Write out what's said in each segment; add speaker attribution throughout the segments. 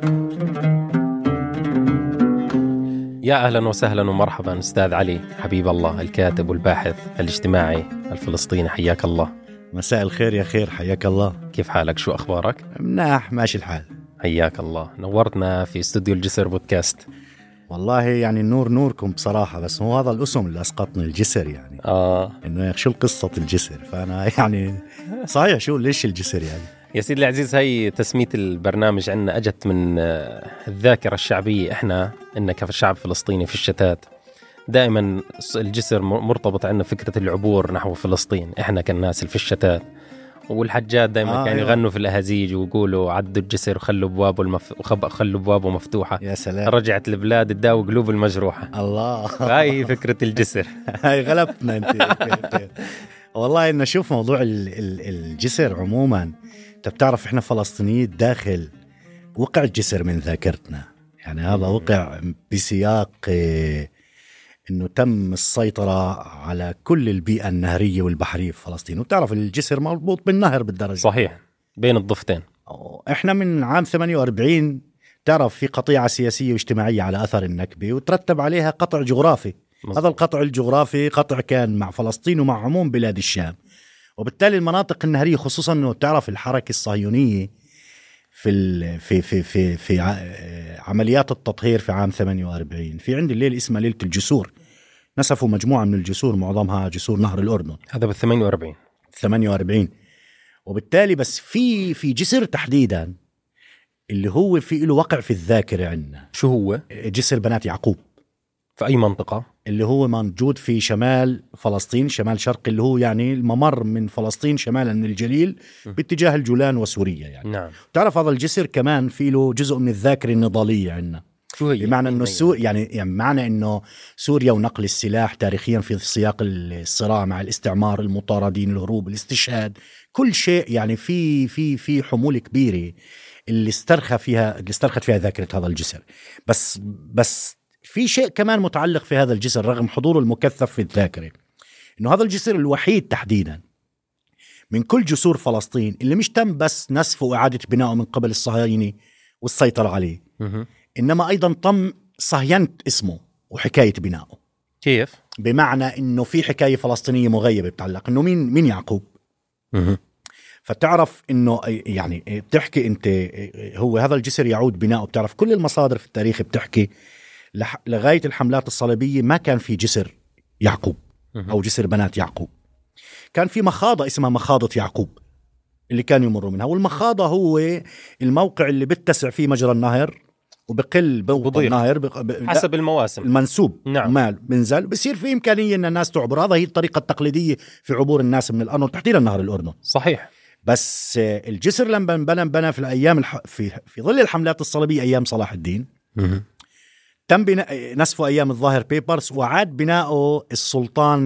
Speaker 1: يا أهلا وسهلا ومرحبا أستاذ علي حبيب الله، الكاتب والباحث الاجتماعي الفلسطيني، حياك الله.
Speaker 2: مساء الخير يا خير، حياك الله.
Speaker 1: كيف حالك؟ شو أخبارك؟
Speaker 2: مناح، ماشي الحال.
Speaker 1: حياك الله، نورتنا في استوديو الجسر بودكاست.
Speaker 2: والله يعني النور نوركم بصراحة، بس هو هذا الاسم اللي أسقطني، الجسر يعني. إنه شو القصة الجسر؟ فأنا يعني صحيح شو ليش الجسر يعني؟
Speaker 1: يا سيدي العزيز، هاي تسمية البرنامج عنا أجت من الذاكرة الشعبية. إحنا كشعب فلسطيني في الشتات دائما الجسر مرتبط عنا فكرة العبور نحو فلسطين. إحنا كالناس اللي في الشتات، والحجات دائما كانوا يغنوا في الأهازيج ويقولوا عدوا الجسر وخلوا بوابه مفتوحة.
Speaker 2: يا سلام،
Speaker 1: رجعت البلاد تداوي قلوب المجروحة.
Speaker 2: الله،
Speaker 1: هاي فكرة الجسر.
Speaker 2: هاي غلبتنا انت. والله إنه شوف موضوع الجسر عموما، انت بتعرف احنا فلسطينيين داخل وقع الجسر من ذاكرتنا. يعني هذا وقع بسياق انه تم السيطرة على كل البيئة النهرية والبحرية في فلسطين، وبتعرف الجسر مربوط بالنهر بالدرجة.
Speaker 1: صحيح، بين الضفتين.
Speaker 2: احنا من عام 48 تعرف في قطيعة سياسية واجتماعية على أثر النكبة، وترتب عليها قطع جغرافي. هذا القطع الجغرافي قطع كان مع فلسطين ومع عموم بلاد الشام، وبالتالي المناطق النهرية، خصوصا انه تعرف الحركة الصهيونية في عمليات التطهير في عام 48 في عند الليل اسمها ليلة الجسور، نسفوا مجموعة من الجسور معظمها جسور نهر الأردن.
Speaker 1: هذا بال 48.
Speaker 2: وبالتالي بس في جسر تحديدا اللي هو في له وقع في الذاكرة عندنا.
Speaker 1: شو هو؟
Speaker 2: جسر بنات يعقوب.
Speaker 1: في أي منطقة؟
Speaker 2: اللي هو موجود في شمال فلسطين، شمال شرقي، اللي هو يعني الممر من فلسطين شمالا من الجليل باتجاه الجولان وسوريا يعني.
Speaker 1: نعم.
Speaker 2: تعرف هذا الجسر كمان في له جزء من الذاكرة النضالية عندنا.
Speaker 1: شو هي؟
Speaker 2: بمعنى انه يعني معنى انه سوريا ونقل السلاح تاريخيا في سياق الصراع مع الاستعمار، المطاردين، الهروب، الاستشهاد، كل شيء يعني في حمولة كبيرة اللي استرخت فيها ذاكرة هذا الجسر. بس في شيء كمان متعلق في هذا الجسر رغم حضوره المكثف في الذاكرة، إنه هذا الجسر الوحيد تحديدا من كل جسور فلسطين اللي مش تم بس نسفه وإعادة بنائه من قبل الصهاينة والسيطرة عليه، إنما أيضا تم صهينة اسمه وحكاية بنائه.
Speaker 1: كيف؟
Speaker 2: بمعنى إنه في حكاية فلسطينية مغيبة بتعلق إنه مين يعقوب. فتعرف إنه يعني بتحكي أنت هو هذا الجسر يعود بنائه. بتعرف كل المصادر في التاريخ بتحكي لغاية الحملات الصليبية ما كان في جسر يعقوب أو جسر بنات يعقوب. كان في مخاضة اسمها مخاضة يعقوب اللي كان يمر منها، والمخاضة هو الموقع اللي بتسع فيه مجرى النهر وبقل بوضع النهر
Speaker 1: حسب المواسم
Speaker 2: المنسوب.
Speaker 1: نعم.
Speaker 2: مال بنزل بصير في إمكانية أن الناس تعبر. هذا هي الطريقة التقليدية في عبور الناس من الأردن تحديدا نهر الأردن.
Speaker 1: صحيح.
Speaker 2: بس الجسر لما بنى في الأيام في ظل الحملات الصليبية أيام صلاح الدين تم نسفه أيام الظاهر بيبرس، وعاد بناؤه السلطان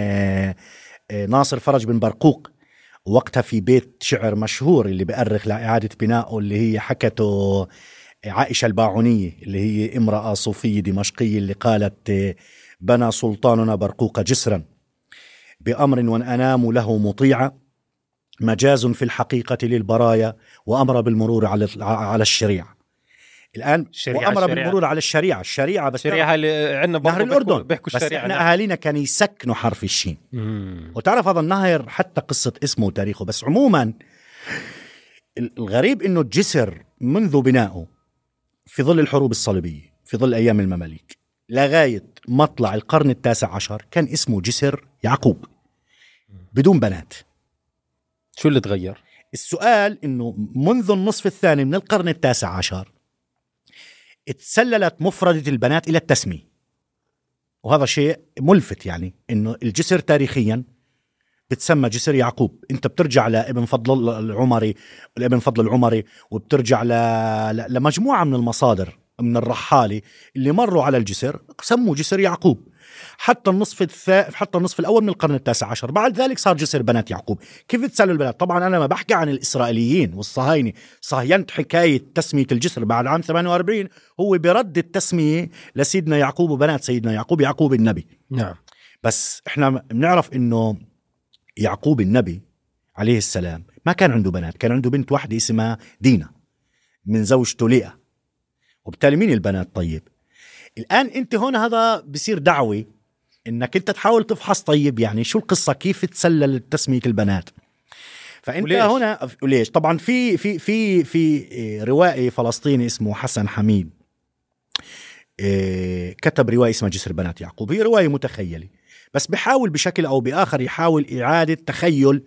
Speaker 2: ناصر فرج بن برقوق وقتها في بيت شعر مشهور اللي بأرخ لإعادة بناؤه، اللي هي حكته عائشة الباعونية اللي هي امرأة صوفية دمشقية اللي قالت: بنى سلطاننا برقوق جسرا بأمر وأنام له مطيعة، مجاز في الحقيقة للبرايا، وأمر بالمرور على الشريعة. الآن وأمر بالمرور على الشريعة بس
Speaker 1: الشريعة اللي عندنا
Speaker 2: نهر الأردن
Speaker 1: بيحكوا
Speaker 2: بس
Speaker 1: الشريعة.
Speaker 2: احنا أهالينا كانوا يسكنوا حرف الشين. وتعرف هذا النهر حتى قصة اسمه وتاريخه. بس عموما الغريب إنه الجسر منذ بنائه في ظل الحروب الصليبية في ظل أيام المماليك لغاية مطلع القرن 19 كان اسمه جسر يعقوب بدون بنات.
Speaker 1: شو اللي تغير؟
Speaker 2: السؤال إنه منذ النصف الثاني من القرن 19 اتسللت مفردة البنات إلى التسمية، وهذا شيء ملفت. يعني إنه الجسر تاريخيا بتسمى جسر يعقوب. انت بترجع لابن فضل العمري وبترجع لمجموعة من المصادر من الرحالة اللي مروا على الجسر سموا جسر يعقوب حتى النصف الأول من القرن 19. بعد ذلك صار جسر بنات يعقوب. كيف تسألوا البنات؟ طبعا أنا ما بحكي عن الإسرائيليين والصهاينة، صهينت حكاية تسمية الجسر بعد عام 48 هو برد التسمية لسيدنا يعقوب وبنات سيدنا يعقوب النبي.
Speaker 1: نعم.
Speaker 2: بس احنا بنعرف إنه يعقوب النبي عليه السلام ما كان عنده بنات، كان عنده بنت واحدة اسمها دينا من زوجته ليئة. وبالتالي مين البنات؟ طيب الآن أنت هون هذا بصير دعوة إنك أنت تحاول تفحص طيب يعني شو القصة، كيف تسلل تسمية البنات. فأنت وليش؟ هنا وليش؟ طبعا في روائي فلسطيني اسمه حسن حميد كتب رواية اسمها جسر بنات يعقوب. هي رواية متخيلة بس بحاول بشكل أو بآخر يحاول إعادة تخيل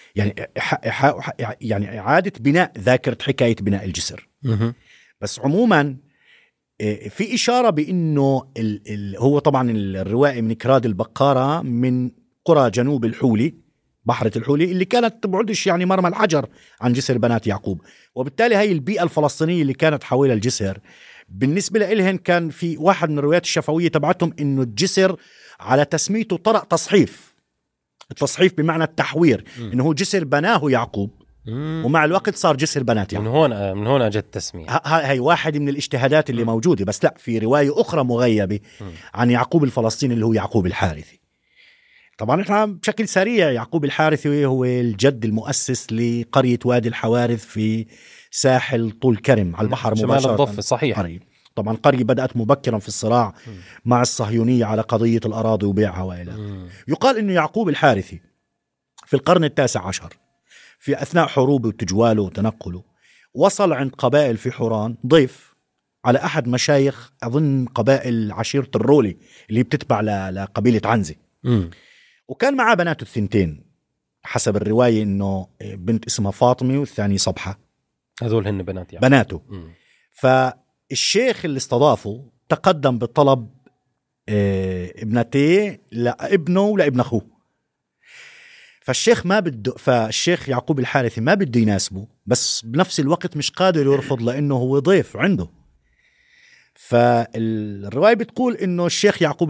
Speaker 2: يعني إعادة بناء ذاكرة حكاية بناء الجسر. بس عموما في إشارة بأنه هو طبعا الروائي من كراد البقارة من قرى جنوب الحولي، بحرة الحولي اللي كانت تبعدش يعني مرمى الحجر عن جسر بنات يعقوب، وبالتالي هاي البيئة الفلسطينية اللي كانت حوالي الجسر بالنسبة لإلهن كان في واحد من الروايات الشفوية تبعتهم إنه الجسر على تسميته طرق تصحيف. التصحيف بمعنى التحوير، إنه هو جسر بناه يعقوب ومع الوقت صار جسر بنات يعقوب.
Speaker 1: من هون اجت التسمية.
Speaker 2: هاي واحد من الاجتهادات اللي موجودة. بس لا، في رواية أخرى مغيبة عن يعقوب الفلسطيني اللي هو يعقوب الحارثي. طبعا احنا بشكل سريع، يعقوب الحارثي هو الجد المؤسس لقرية وادي الحوارث في ساحل طول كرم على البحر مباشرة
Speaker 1: شمال الضفة. صحيح.
Speaker 2: قريب. طبعا قرية بدأت مبكرا في الصراع مع الصهيونية على قضية الأراضي وبيعها وإلى. يقال إنه يعقوب الحارثي في القرن 19 في أثناء حروبه وتجواله وتنقله وصل عند قبائل في حوران ضيف على أحد مشايخ أظن قبائل عشيرة الرولي اللي بتتبع لقبيلة عنزة. وكان معاه بناته الثنتين حسب الرواية، إنه بنت اسمها فاطمة والثاني صبحة.
Speaker 1: هذول هن بنات يعني.
Speaker 2: بناته. فالشيخ اللي استضافه تقدم بطلب ابنتيه لابنه ولابن أخوه. فالشيخ يعقوب الحارثي ما بده يناسبه، بس بنفس الوقت مش قادر يرفض لأنه هو ضيف عنده. فالرواية بتقول إنه الشيخ يعقوب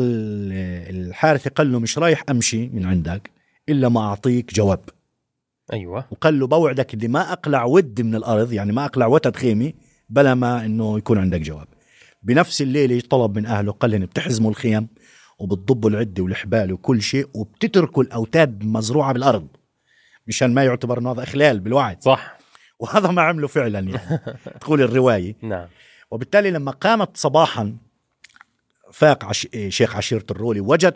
Speaker 2: الحارثي قال له مش رايح أمشي من عندك إلا ما أعطيك جواب.
Speaker 1: أيوة.
Speaker 2: وقال له بوعدك إني ما أقلع ود من الأرض، يعني ما أقلع وتد خيمي بلا ما إنه يكون عندك جواب. بنفس الليلة طلب من أهله، قال لهم بتحزموا الخيم وبتضبوا العدة والحبال وكل شيء وبتتركوا الأوتاد مزروعة بالأرض مشان ما يعتبر إنه هذا إخلال بالوعد.
Speaker 1: صح.
Speaker 2: وهذا ما عمله فعلا يعني تقول الرواية.
Speaker 1: نعم.
Speaker 2: وبالتالي لما قامت صباحا فاق شيخ عشيرة الرولي وجد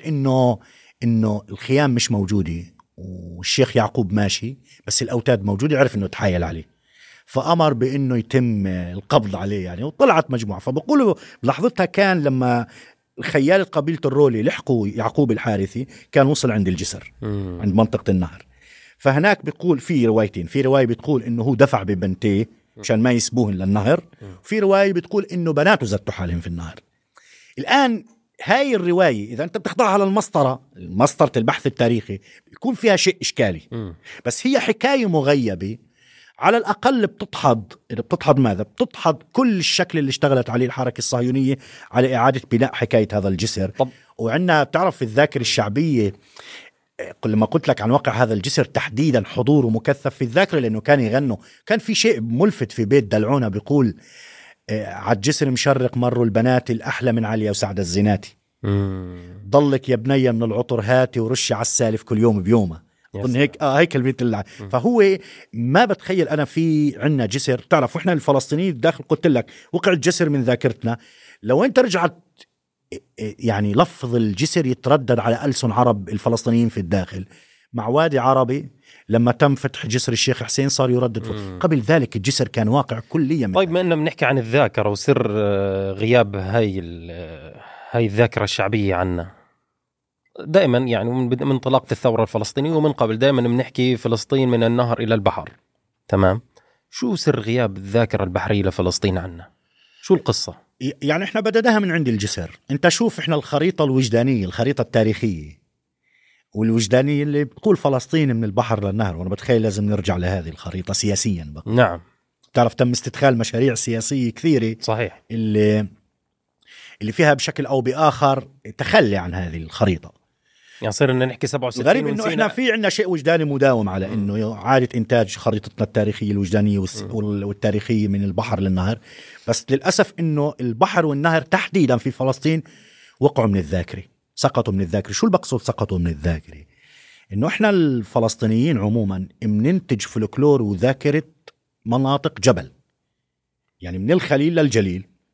Speaker 2: إنه الخيام مش موجودة والشيخ يعقوب ماشي بس الأوتاد موجودة، عرف إنه تحايل عليه فأمر بإنه يتم القبض عليه يعني. وطلعت مجموعة، فبقولوا بلحظتها كان لما خيالة قبيلة الرولي لحقوا يعقوب الحارثي كان وصل عند الجسر عند منطقة النهر. فهناك بتقول في روايتين، في رواية بتقول إنه هو دفع ببنتيه مشان ما يسبوهن للنهر، في رواية بتقول إنه بناته زتوا حالهم في النهر. الآن هاي الرواية إذا أنت بتخضعها على مسطرة البحث التاريخي يكون فيها شيء إشكالي، بس هي حكاية مغيبة على الأقل بتدحض ماذا؟ بتدحض كل الشكل اللي اشتغلت عليه الحركة الصهيونية على إعادة بناء حكاية هذا الجسر. وعندنا بتعرف في الذاكرة الشعبية لما قلت لك عن واقع هذا الجسر تحديدا حضوره مكثف في الذاكرة لأنه كان يغنوا. كان في شيء ملفت في بيت دلعونة بيقول على الجسر مشرق مروا البنات الأحلى من عليا وسعد الزناتي، ضلك يا بنية من العطر هاتي ورشي على السالف كل يوم بيومه. أظن هيك البيت اللي فهو ما بتخيل أنا في عنا جسر. تعرف وإحنا الفلسطينيين داخل قلت لك وقع الجسر من ذاكرتنا. لو أنت رجعت يعني لفظ الجسر يتردد على ألسن عرب الفلسطينيين في الداخل مع وادي عربي. لما تم فتح جسر الشيخ حسين صار يردد قبل ذلك الجسر كان واقع كليا.
Speaker 1: طيب ما إننا بنحكي عن الذاكرة وسر غياب هاي الذاكرة الشعبية عنا دائما يعني من انطلاقة الثورة الفلسطينية ومن قبل دائما بنحكي فلسطين من النهر إلى البحر. تمام. شو سر غياب الذاكرة البحرية لفلسطين عنا؟ شو القصة؟
Speaker 2: يعني احنا بدأناها من عند الجسر. انت شوف احنا الخريطة الوجدانية الخريطة التاريخية والوجدانية اللي بتقول فلسطين من البحر للنهر، وانا بتخيل لازم نرجع لهذه الخريطة سياسيا بقى.
Speaker 1: نعم.
Speaker 2: تعرف تم استدخال مشاريع سياسية كثيرة
Speaker 1: صحيح
Speaker 2: اللي فيها بشكل او بآخر تخلي عن هذه الخريطة.
Speaker 1: يعني صير إننا نحكي 67.
Speaker 2: غريب إنه إحنا في عنا شيء وجداني مداوم على إنه إعادة إنتاج خريطتنا التاريخية الوجدانية والتاريخية من البحر للنهر. بس للأسف إنه البحر والنهر تحديدا في فلسطين وقعوا من الذاكرة، سقطوا من الذاكرة. شو البقصد سقطوا من الذاكرة؟ إنه إحنا الفلسطينيين عموما مننتج فلكلور وذاكرة مناطق جبل، يعني من الخليل للجليل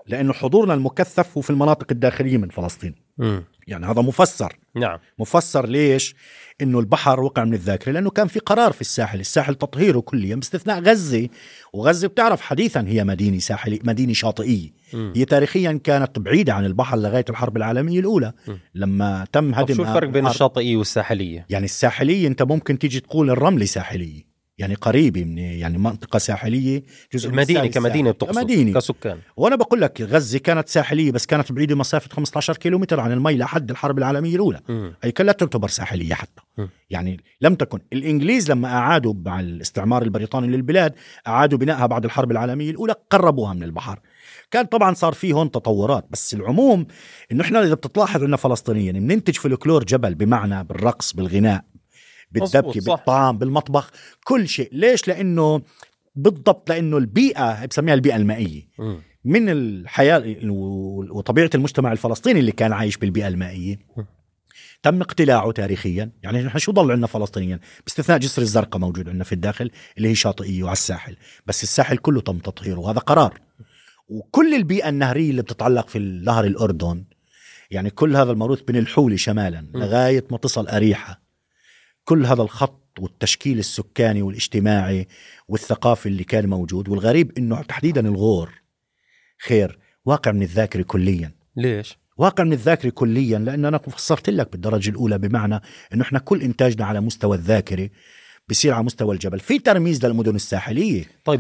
Speaker 2: لأنه حضورنا المكثف هو في المناطق الداخلية من فلسطين. يعني هذا مفسر.
Speaker 1: نعم.
Speaker 2: مفسر ليش إنه البحر وقع من الذاكرة، لأنه كان في قرار في الساحل تطهيره كليا باستثناء غزة. وغزة بتعرف حديثا هي مدينة ساحلية، مدينة شاطئية. هي تاريخيا كانت بعيدة عن البحر لغاية الحرب العالمية الأولى لما تم هدم.
Speaker 1: شو الفرق بين الشاطئية والساحلية؟
Speaker 2: يعني الساحلية أنت ممكن تيجي تقول الرملة ساحلية، يعني قريبة من يعني منطقة ساحلية، جزء
Speaker 1: المدينة كمدينة بتقصد
Speaker 2: كمدينة
Speaker 1: كسكان.
Speaker 2: وأنا بقول لك غزة كانت ساحلية بس كانت بعيدة مسافة 15 كيلومتر عن المي لحد الحرب العالمية الأولى. أي كانت لا تعتبر ساحلية حتى. يعني لم تكن. الإنجليز لما أعادوا مع الاستعمار البريطاني للبلاد أعادوا بنائها بعد الحرب العالمية الأولى، قربوها من البحر. كان طبعا صار فيه هون تطورات، بس العموم إنه إحنا إذا بتلاحظ إنه فلسطينيين بننتج فلكلور جبل، بمعنى بالرقص، بالغناء، بالدبكة، بالطعام، بالمطبخ، كل شيء. ليش؟ لأنه بالضبط لأنه البيئة بسميها البيئة المائية من الحياة وطبيعة المجتمع الفلسطيني اللي كان عايش بالبيئة المائية تم اقتلاعه تاريخيا. يعني نحن شو ضل عندنا فلسطينيين باستثناء جسر الزرقاء موجود عندنا في الداخل اللي هي شاطئية وعلى الساحل، بس الساحل كله تم تطهيره وهذا قرار. وكل البيئة النهرية اللي بتتعلق في نهر الأردن، يعني كل هذا الموروث بين الحولة شمالا لغاية ما تصل أريحة، كل هذا الخط والتشكيل السكاني والاجتماعي والثقافي اللي كان موجود. والغريب إنه تحديدا الغور خير واقع من الذاكرة كليا.
Speaker 1: ليش؟
Speaker 2: واقع من الذاكرة كليا لأن أنا فسرت لك بالدرجة الأولى، بمعنى إنه إحنا كل إنتاجنا على مستوى الذاكرة بيصير على مستوى الجبل. في ترميز للمدن الساحلية.
Speaker 1: طيب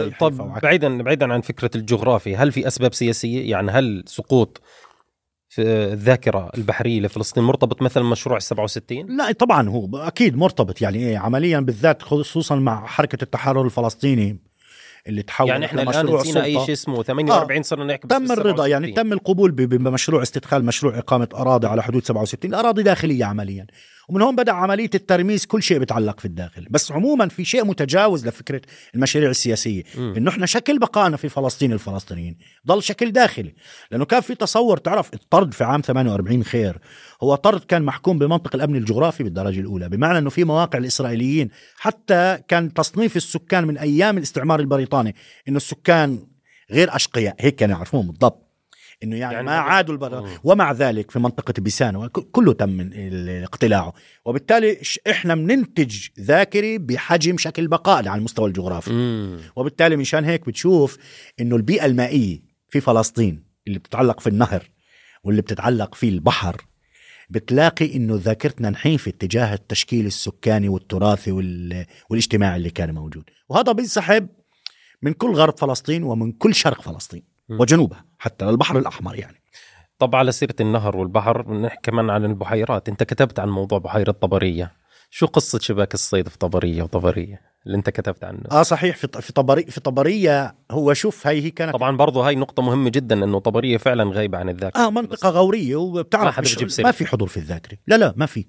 Speaker 1: بعيدا عن فكرة الجغرافيا، هل في أسباب سياسية؟ يعني هل سقوط في الذاكرة البحرية لفلسطين مرتبط مثلا مشروع 67؟
Speaker 2: لا طبعا هو أكيد مرتبط، يعني إيه عمليا بالذات خصوصا مع حركة التحرر الفلسطيني اللي تحول.
Speaker 1: يعني احنا الآن نسينا أي شيء اسمه 48 صرنا نحكي
Speaker 2: تم الرضا، يعني تم القبول بمشروع استدخال مشروع إقامة أراضي على حدود 67 أراضي داخلية عمليا. ومن هون بدأ عملية الترميز، كل شيء بيتعلق في الداخل. بس عموما في شيء متجاوز لفكرة المشاريع السياسية، إنه إحنا شكل بقائنا في فلسطين الفلسطينيين ضل شكل داخلي. لأنه كان في تصور، تعرف الطرد في عام 48 خير هو طرد كان محكوم بمنطق الأمن الجغرافي بالدرجة الأولى، بمعنى أنه في مواقع الإسرائيليين حتى كان تصنيف السكان من أيام الاستعمار البريطاني إنه السكان غير أشقياء، هيك كانوا يعرفون بالضبط، إنه يعني ما عادوا البلد. ومع ذلك في منطقة بيسان كله تم اقتلاعه، وبالتالي إحنا مننتج ذاكري بحجم شكل بقاء على المستوى الجغرافي. وبالتالي مشان هيك بتشوف إنه البيئة المائية في فلسطين اللي بتتعلق في النهر واللي بتتعلق في البحر، بتلاقي إنه ذاكرتنا نحيف اتجاه التشكيل السكاني والتراثي والاجتماعي اللي كان موجود. وهذا بينسحب من كل غرب فلسطين ومن كل شرق فلسطين وجنوبها حتى للبحر الأحمر. يعني
Speaker 1: طبعا على سيرة النهر والبحر نحكي كمان عن البحيرات. انت كتبت عن موضوع بحيرة طبرية، شو قصة شباك الصيد في طبرية وطبرية اللي انت كتبت عنه؟
Speaker 2: صحيح، في طبرية هو شوف هي كانت
Speaker 1: طبعا برضو هاي نقطة مهمة جدا، انه طبرية فعلا غايبة عن الذاكرة.
Speaker 2: منطقة غورية وبتعرف ما في حضور في الذاكرة. لا ما في.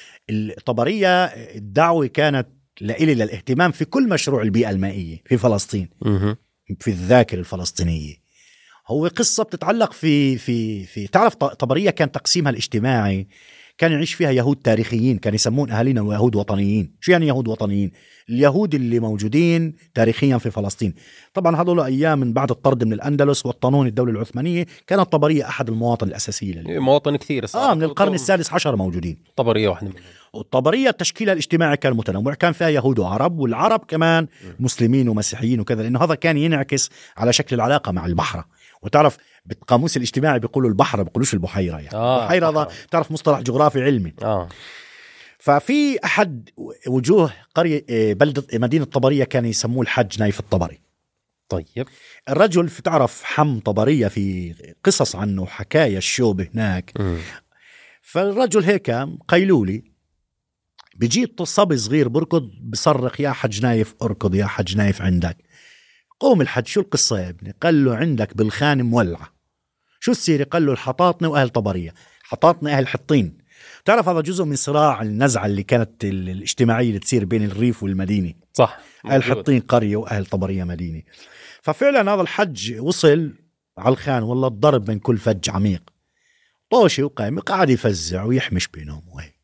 Speaker 2: الطبرية الدعوة كانت للاهتمام في كل مشروع البيئة المائية في فلسطين في الذاكرة الفلسطينية. هو قصة بتتعلق في تعرف طبرية كان تقسيمها الاجتماعي، كان يعيش فيها يهود تاريخيين، كان يسمون أهالينا يهود وطنيين. شو يعني يهود وطنيين؟ اليهود اللي موجودين تاريخيا في فلسطين. طبعا هذول أيام من بعد الطرد من الأندلس والطنون الدولة العثمانية، كانت طبرية أحد المواطن الأساسية
Speaker 1: مواطن كثير
Speaker 2: من القرن السادس عشر موجودين.
Speaker 1: طبرية واحدة منهم.
Speaker 2: والطبرية تشكيلها الاجتماعي كان متنوع، كان فيها يهود وعرب، والعرب كمان مسلمين ومسيحيين وكذا، لأنه هذا كان ينعكس على شكل العلاقة مع البحرة. وتعرف بالقاموس الاجتماعي بيقولوا البحرة، بيقولوش البحيرة. يعني البحيرة هذا تعرف مصطلح جغرافي علمي. ففي أحد وجوه قرية بلدة مدينة طبرية كان يسموه الحج نايف الطبري.
Speaker 1: طيب
Speaker 2: الرجل تعرف حم طبرية في قصص عنه حكاية الشوب هناك. فالرجل هيك قيلولي بيجي صبي صغير بركض بصرخ يا حج نايف اركض، يا حج نايف عندك. قوم الحج شو القصة يا ابني؟ قال له عندك بالخان مولعة. شو السيرة؟ قال له الحطاطنة وأهل طبرية، حطاطنة أهل حطين. تعرف هذا جزء من صراع النزعة اللي كانت الاجتماعية اللي تصير بين الريف والمدينة.
Speaker 1: صح،
Speaker 2: أهل حطين قرية وأهل طبرية مدينة. ففعلا هذا الحج وصل على الخان، والله الضرب من كل فج عميق، طوشي وقايم قاعد يفزع ويحمش بينهم وهي.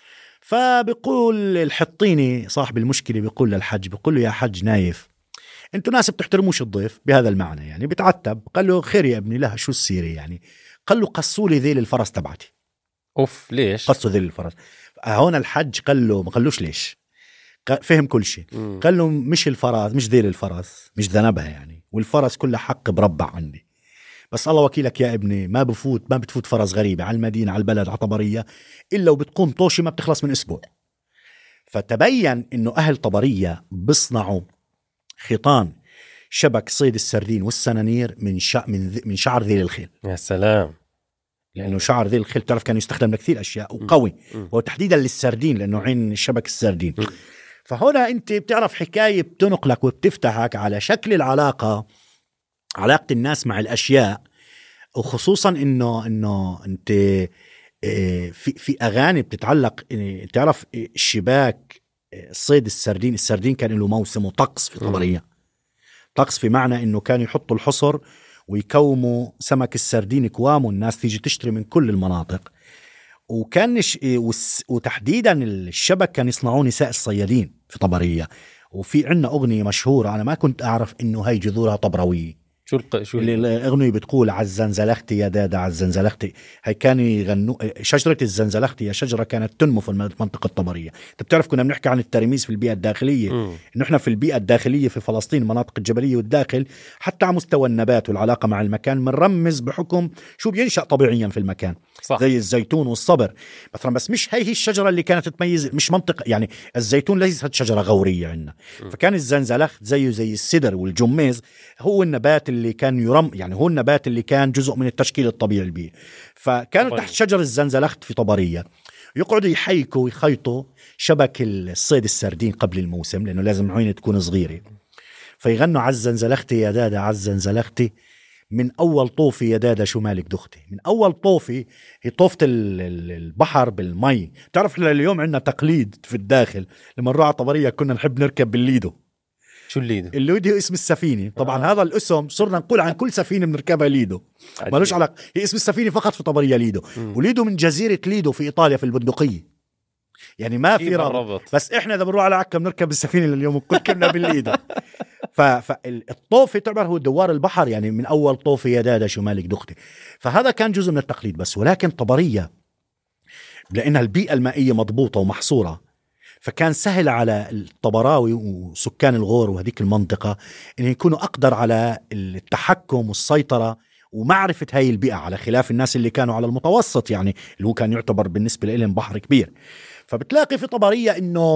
Speaker 2: فبيقول الحطيني صاحب المشكلة بيقول للحج، بيقول له يا حج نايف انتوا ناس بتحترموش الضيف بهذا المعنى، يعني بتعتب. قال له خير يا ابني، لها شو السيرة يعني؟ قال له قصوا لي ذيل الفرس تبعتي.
Speaker 1: اوف ليش؟
Speaker 2: قصوا ذيل الفرس. هون الحج قال له، ما قالوش ليش، فهم كل شيء. قال له مش الفرس، مش ذيل الفرس، مش ذنبها يعني، والفرس كلها حق بربع عندي، بس الله وكيلك يا ابني ما بتفوت فرس غريبة على المدينة، على البلد، على طبرية، إلا وبتقوم طوشة ما بتخلص من أسبوع. فتبين إنه أهل طبرية بيصنعوا خيطان شبك صيد السردين والسنانير من شعر ذيل الخيل.
Speaker 1: يا سلام.
Speaker 2: لأنه شعر ذيل الخيل تعرف كان يستخدم لكثير أشياء وقوي، وتحديدا للسردين لأنه عين شبك السردين. فهنا أنت بتعرف حكاية بتنقلك وبتفتحك على شكل علاقة الناس مع الأشياء، وخصوصا إنه أنت في أغاني بتتعلق. تعرف شباك صيد السردين كان له موسم وطقس في طبرية. طقس في معنى إنه كانوا يحطوا الحصر ويكوموا سمك السردين كوام، والناس تيجي تشتري من كل المناطق. وكان وتحديدا الشبك كان يصنعوه نساء الصيادين في طبرية. وفي عنا أغنية مشهورة أنا ما كنت أعرف إنه هاي جذورها طبروية. شو الأغنية بتقول عالزنزلختي يا دادا عالزنزلختي. هاي كانوا يغنوا شجرة الزنزلختي، هي شجرة كانت تنمو في المنطقة الطبرية. انت بتعرف كنا بنحكي عن الترميز في البيئة الداخلية، إنه إحنا في البيئة الداخلية في فلسطين المناطق الجبلية والداخل، حتى على مستوى النبات والعلاقة مع المكان بنرمز بحكم شو بينشأ طبيعيا في المكان. صح. زي الزيتون والصبر مثلا. بس مش هي الشجرة اللي كانت تميز، مش منطقة يعني. الزيتون ليست شجرة غورية عندنا. فكان الزنزلخت زي السدر والجميز هو النبات اللي كان يعني هو النبات اللي كان جزء من التشكيل الطبيعي البيئي. فكانوا طبعا تحت شجر الزنزلخت في طبرية يقعدوا يحيكوا ويخيطوا شبك الصيد السردين قبل الموسم، لأنه لازم عينة تكون صغيرة. فيغنوا عالزنزلختي يا دادا عالزنزلختي، من أول طوفي يا دادا شو مالك دختي. من أول طوفي هي طوفة البحر بالمي. تعرف اليوم عندنا تقليد في الداخل، لما نروح على طبرية كنا نحب نركب بالليدو.
Speaker 1: شو الليدو؟
Speaker 2: الليدو اسم السفينة طبعا. هذا الاسم صرنا نقول عن كل سفينة بنركبها ليدو، مالوش علاقة، هي اسم السفينة فقط في طبرية ليدو. وليدو من جزيرة ليدو في إيطاليا في البندقية، يعني ما في رابط. بس إحنا إذا بنروح على عكا بنركب السفينة لليوم وكل كنا بالليدو. فالطوفي تعتبر هو دوار البحر، يعني من أول طوفي يا دادا شو مالك دختي. فهذا كان جزء من التقليد بس. ولكن طبرية لأنها البيئة المائية مضبوطة ومحصورة، فكان سهل على الطبراوي وسكان الغور وهذيك المنطقة إن يكونوا أقدر على التحكم والسيطرة ومعرفة هاي البيئة، على خلاف الناس اللي كانوا على المتوسط، يعني اللي هو كان يعتبر بالنسبة لهم بحر كبير. فبتلاقي في طبرية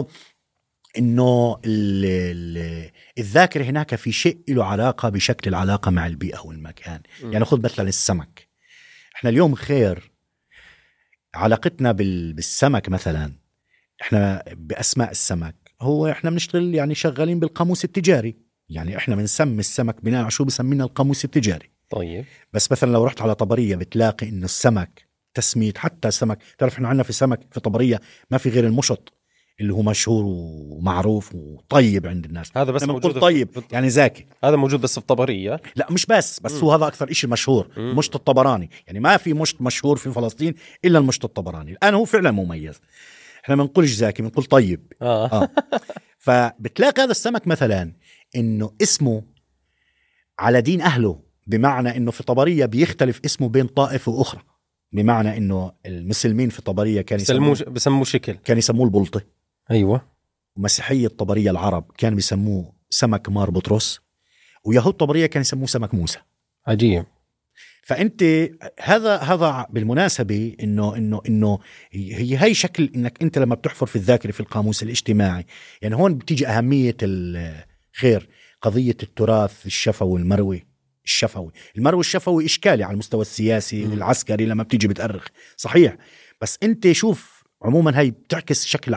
Speaker 2: إنه الذاكرة هناك في شيء له علاقة بشكل العلاقة مع البيئة والمكان. يعني خذ مثلا السمك. إحنا اليوم خير علاقتنا بالسمك مثلا، احنا بأسماء السمك هو احنا بنشتغل يعني شغالين بالقاموس التجاري، يعني احنا بنسمي السمك بناء على شو بسمينا القاموس التجاري.
Speaker 1: طيب
Speaker 2: بس مثلا لو رحت على طبرية بتلاقي انه السمك تسمية، حتى سمك تعرف احنا عندنا في سمك في طبرية ما في غير المشط اللي هو مشهور ومعروف وطيب عند الناس.
Speaker 1: هذا بس موجود
Speaker 2: طيب يعني زاكي.
Speaker 1: هذا موجود بس في طبرية؟
Speaker 2: لا مش بس هو هذا أكثر إشي مشهور. مشط الطبراني، يعني ما في مشط مشهور في فلسطين إلا المشط الطبراني. الآن هو فعلا مميز. احنا ما بنقولش زاكي، بنقول طيب. فبتلاقي هذا السمك مثلا انه اسمه على دين اهله، بمعنى انه في طبرية بيختلف اسمه بين طائفة واخرى. بمعنى انه المسلمين في طبرية كانوا
Speaker 1: بسموه شكل،
Speaker 2: كان يسموه البلطي.
Speaker 1: ايوه.
Speaker 2: ومسيحية طبرية العرب كان بيسموه سمك مار بطرس، ويهود طبرية كان يسموه سمك موسى.
Speaker 1: عجيب.
Speaker 2: فانت هذا بالمناسبه انه هي شكل انك انت لما بتحفر في الذاكره في القاموس الاجتماعي، يعني هون بتيجي اهميه الخير، قضيه التراث الشفوي المروي الشفوي اشكالي على المستوى السياسي والعسكري لما بتيجي بتأرخ صحيح. بس انت شوف عموما هي بتعكس شكل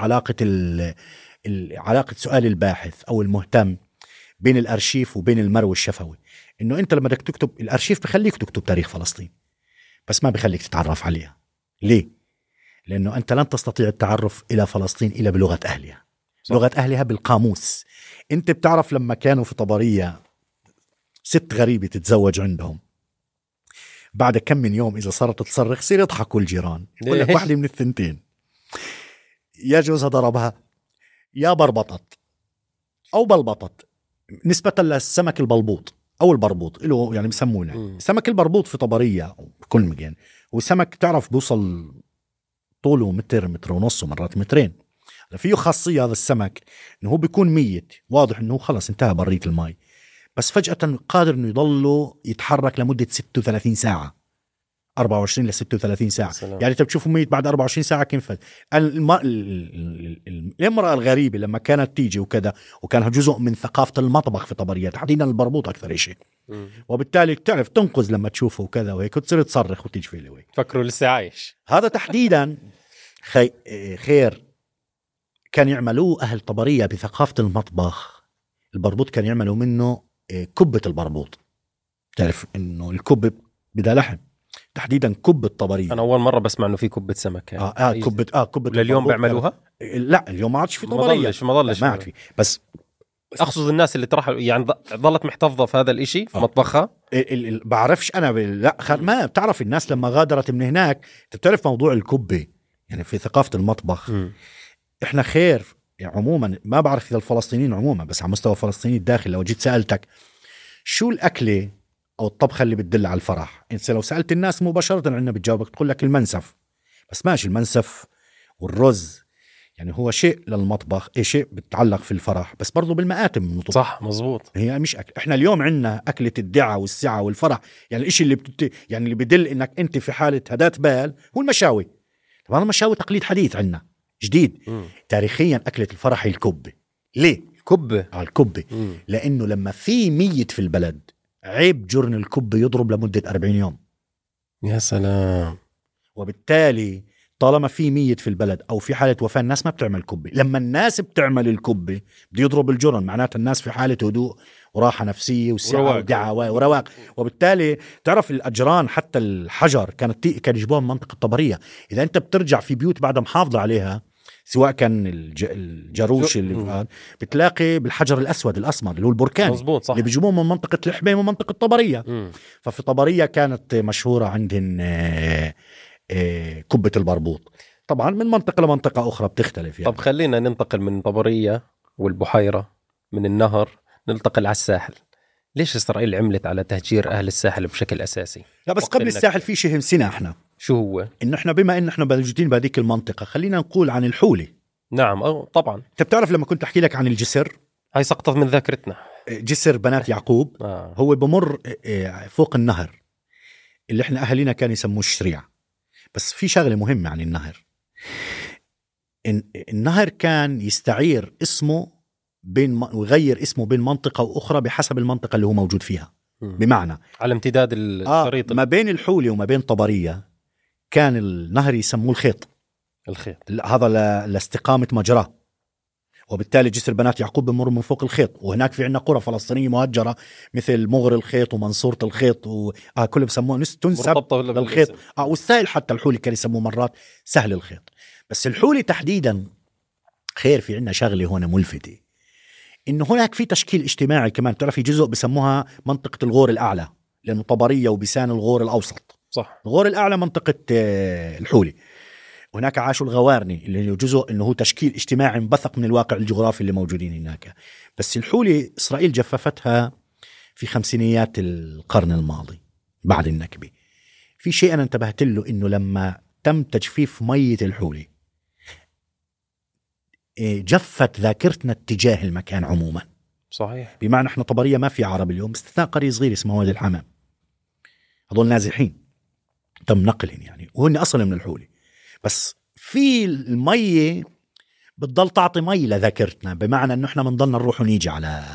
Speaker 2: علاقه سؤال الباحث او المهتم بين الارشيف وبين المروي الشفوي. انه انت لما بدك تكتب الارشيف بخليك تكتب تاريخ فلسطين، بس ما بخليك تتعرف عليها. ليه؟ لانه انت لن تستطيع التعرف الى فلسطين الا بلغه اهلها. صح. لغه اهلها بالقاموس. انت بتعرف لما كانوا في طبرية ست غريبة تتزوج عندهم، بعد كم من يوم اذا صارت تصرخ يصير يضحكوا الجيران، يقول لك واحدة من الثنتين، يا جوزها ضربها يا بربطت او بلبطت. نسبة للسمك البلبوط أو البربوط له يعني بسمونه سمك البربوط في طبرية بكل مكان، وسمك تعرف بوصل طوله متر، متر ونص، ومرات مترين. فيه خاصية هذا السمك إنه هو بيكون ميت، واضح إنه خلص انتهى برية الماء، بس فجأة قادر إنه يضله يتحرك لمدة 36 ساعة، 24 ل 36 ساعة.
Speaker 1: سلام.
Speaker 2: يعني أنت بتشوفه ميت بعد 24 ساعة كيف. الامرأة الغريبة لما كانت تيجي وكذا، وكانها جزء من ثقافة المطبخ في طبرية تحديدا البربوط أكثر شيء، وبالتالي تعرف تنقذ لما تشوفه وكذا وهيك، تصير تصرخ وتجفي له.
Speaker 1: فكروا لسه عايش.
Speaker 2: هذا تحديدا خير كان يعملوه أهل طبرية بثقافة المطبخ. البربوط كان يعملوا منه كبة البربوط، تعرف إنه الكبة بدها لحم، تحديدا كبة طبرية.
Speaker 1: أنا أول مرة بسمع إنه في كبة سمك يعني.
Speaker 2: كبة
Speaker 1: لليوم بيعملوها؟
Speaker 2: لا اليوم ما عادش في طبرية،
Speaker 1: ما ضلش
Speaker 2: ما عاد في. بس
Speaker 1: أقصد الناس اللي ترح يعني ظلت محتفظة في هذا الإشي في مطبخها.
Speaker 2: بعرفش أنا لا ما بتعرف الناس لما غادرت من هناك. بتعرف موضوع الكبة يعني في ثقافة المطبخ إحنا خير يعني عموما، ما بعرف إذا الفلسطينيين عموما، بس على مستوى فلسطيني الداخل لو جيت سألتك شو الأكلة أو الطبخة اللي بتدل على الفرح، أنت لو سألت الناس مباشرة عنا بتجاوبك تقول لك المنسف. بس ماشي، المنسف والرز يعني هو شيء للمطبخ، شيء بتعلق في الفرح، بس برضو بالمآتم نطبخ.
Speaker 1: صح مزبوط.
Speaker 2: هي مش أكل. إحنا اليوم عنا أكلة الدعاء والسعة والفرح، يعني الإشي اللي يعني اللي بدل إنك أنت في حالة هدات بال هو المشاوي. طبعا المشاوي تقليد حديث عنا جديد. تاريخيا أكلة الفرح هي الكبة. ليه
Speaker 1: الكبة؟
Speaker 2: الكبة لأنه لما في ميت في البلد عيب جرن الكبة يضرب لمدة 40 يوم.
Speaker 1: يا سلام.
Speaker 2: وبالتالي طالما في ميت في البلد أو في حالة وفاة الناس ما بتعمل كبة. لما الناس بتعمل الكبة بده يضرب الجرن، معناته الناس في حالة هدوء وراحة نفسية وسعة ودعوة ورواق. وبالتالي تعرف الأجران حتى الحجر كان يجيبوها من منطقة طبرية. إذا أنت بترجع في بيوت بعدها محافظة عليها، سواء كان الجاروش اللي بتلاقي بالحجر الأسود الأسمر اللي هو البركاني،
Speaker 1: مزبوط صح،
Speaker 2: اللي بيجيبوه من منطقة الحبيم ومنطقة طبرية. ففي طبرية كانت مشهورة عندهم كبة البربوط. طبعا من منطقة لمنطقة أخرى بتختلف يعني.
Speaker 1: طب خلينا ننتقل من طبرية والبحيرة، من النهر ننتقل على الساحل. ليش إسرائيل عملت على تهجير أهل الساحل بشكل أساسي؟
Speaker 2: لا بس قبل الساحل في شيء همسنا احنا.
Speaker 1: شو هو؟
Speaker 2: إن احنا بما إن احنا موجودين بهذيك المنطقة، خلينا نقول عن الحولة.
Speaker 1: نعم طبعا.
Speaker 2: انت بتعرف لما كنت أحكي لك عن الجسر،
Speaker 1: هاي سقطت من ذاكرتنا،
Speaker 2: جسر بنات يعقوب. هو بمر فوق النهر اللي احنا أهلنا كانوا يسموه الشريع. بس في شغلة مهمة عن النهر، النهر كان يستعير اسمه ويغير اسمه بين منطقة وأخرى بحسب المنطقة اللي هو موجود فيها. بمعنى
Speaker 1: على امتداد الشريط
Speaker 2: ما بين الحولة وما بين طبرية كان النهر يسموه الخيط. هذا لاستقامة مجراه، وبالتالي جسر بنات يعقوب بمر من فوق الخيط. وهناك في عنا قرى فلسطينية مهجرة مثل مغر الخيط ومنصورة الخيط كلهم بسموه تنسب للخيط. والسائل حتى الحولي كان يسموه مرات سهل الخيط. بس الحولي تحديدا خير في عنا شغلة هنا ملفتة، إنه هناك في تشكيل اجتماعي كمان. تعرف في جزء بسموها منطقة الغور الأعلى، لأنه طبرية وبسان الغور الأوسط.
Speaker 1: صح.
Speaker 2: الغور الأعلى منطقة الحولي. هناك عاشوا الغوارني اللي جزء إنه هو تشكيل اجتماعي مبثق من الواقع الجغرافي اللي موجودين هناك. بس الحولي إسرائيل جففتها في خمسينيات القرن الماضي بعد النكبة. في شيء أنا انتبهت له، إنه لما تم تجفيف مية الحولي جفت ذاكرتنا اتجاه المكان عموما.
Speaker 1: صحيح.
Speaker 2: بمعنى احنا طبرية ما في عرب اليوم، باستثناء قرية صغيرة اسمها وادي الحمام، هذول نازحين تم نقلهم يعني، وهن أصلا من الحولي. بس في المية بتضل تعطي مي لذاكرتنا، بمعنى انه احنا بنضلنا نروح ونيجي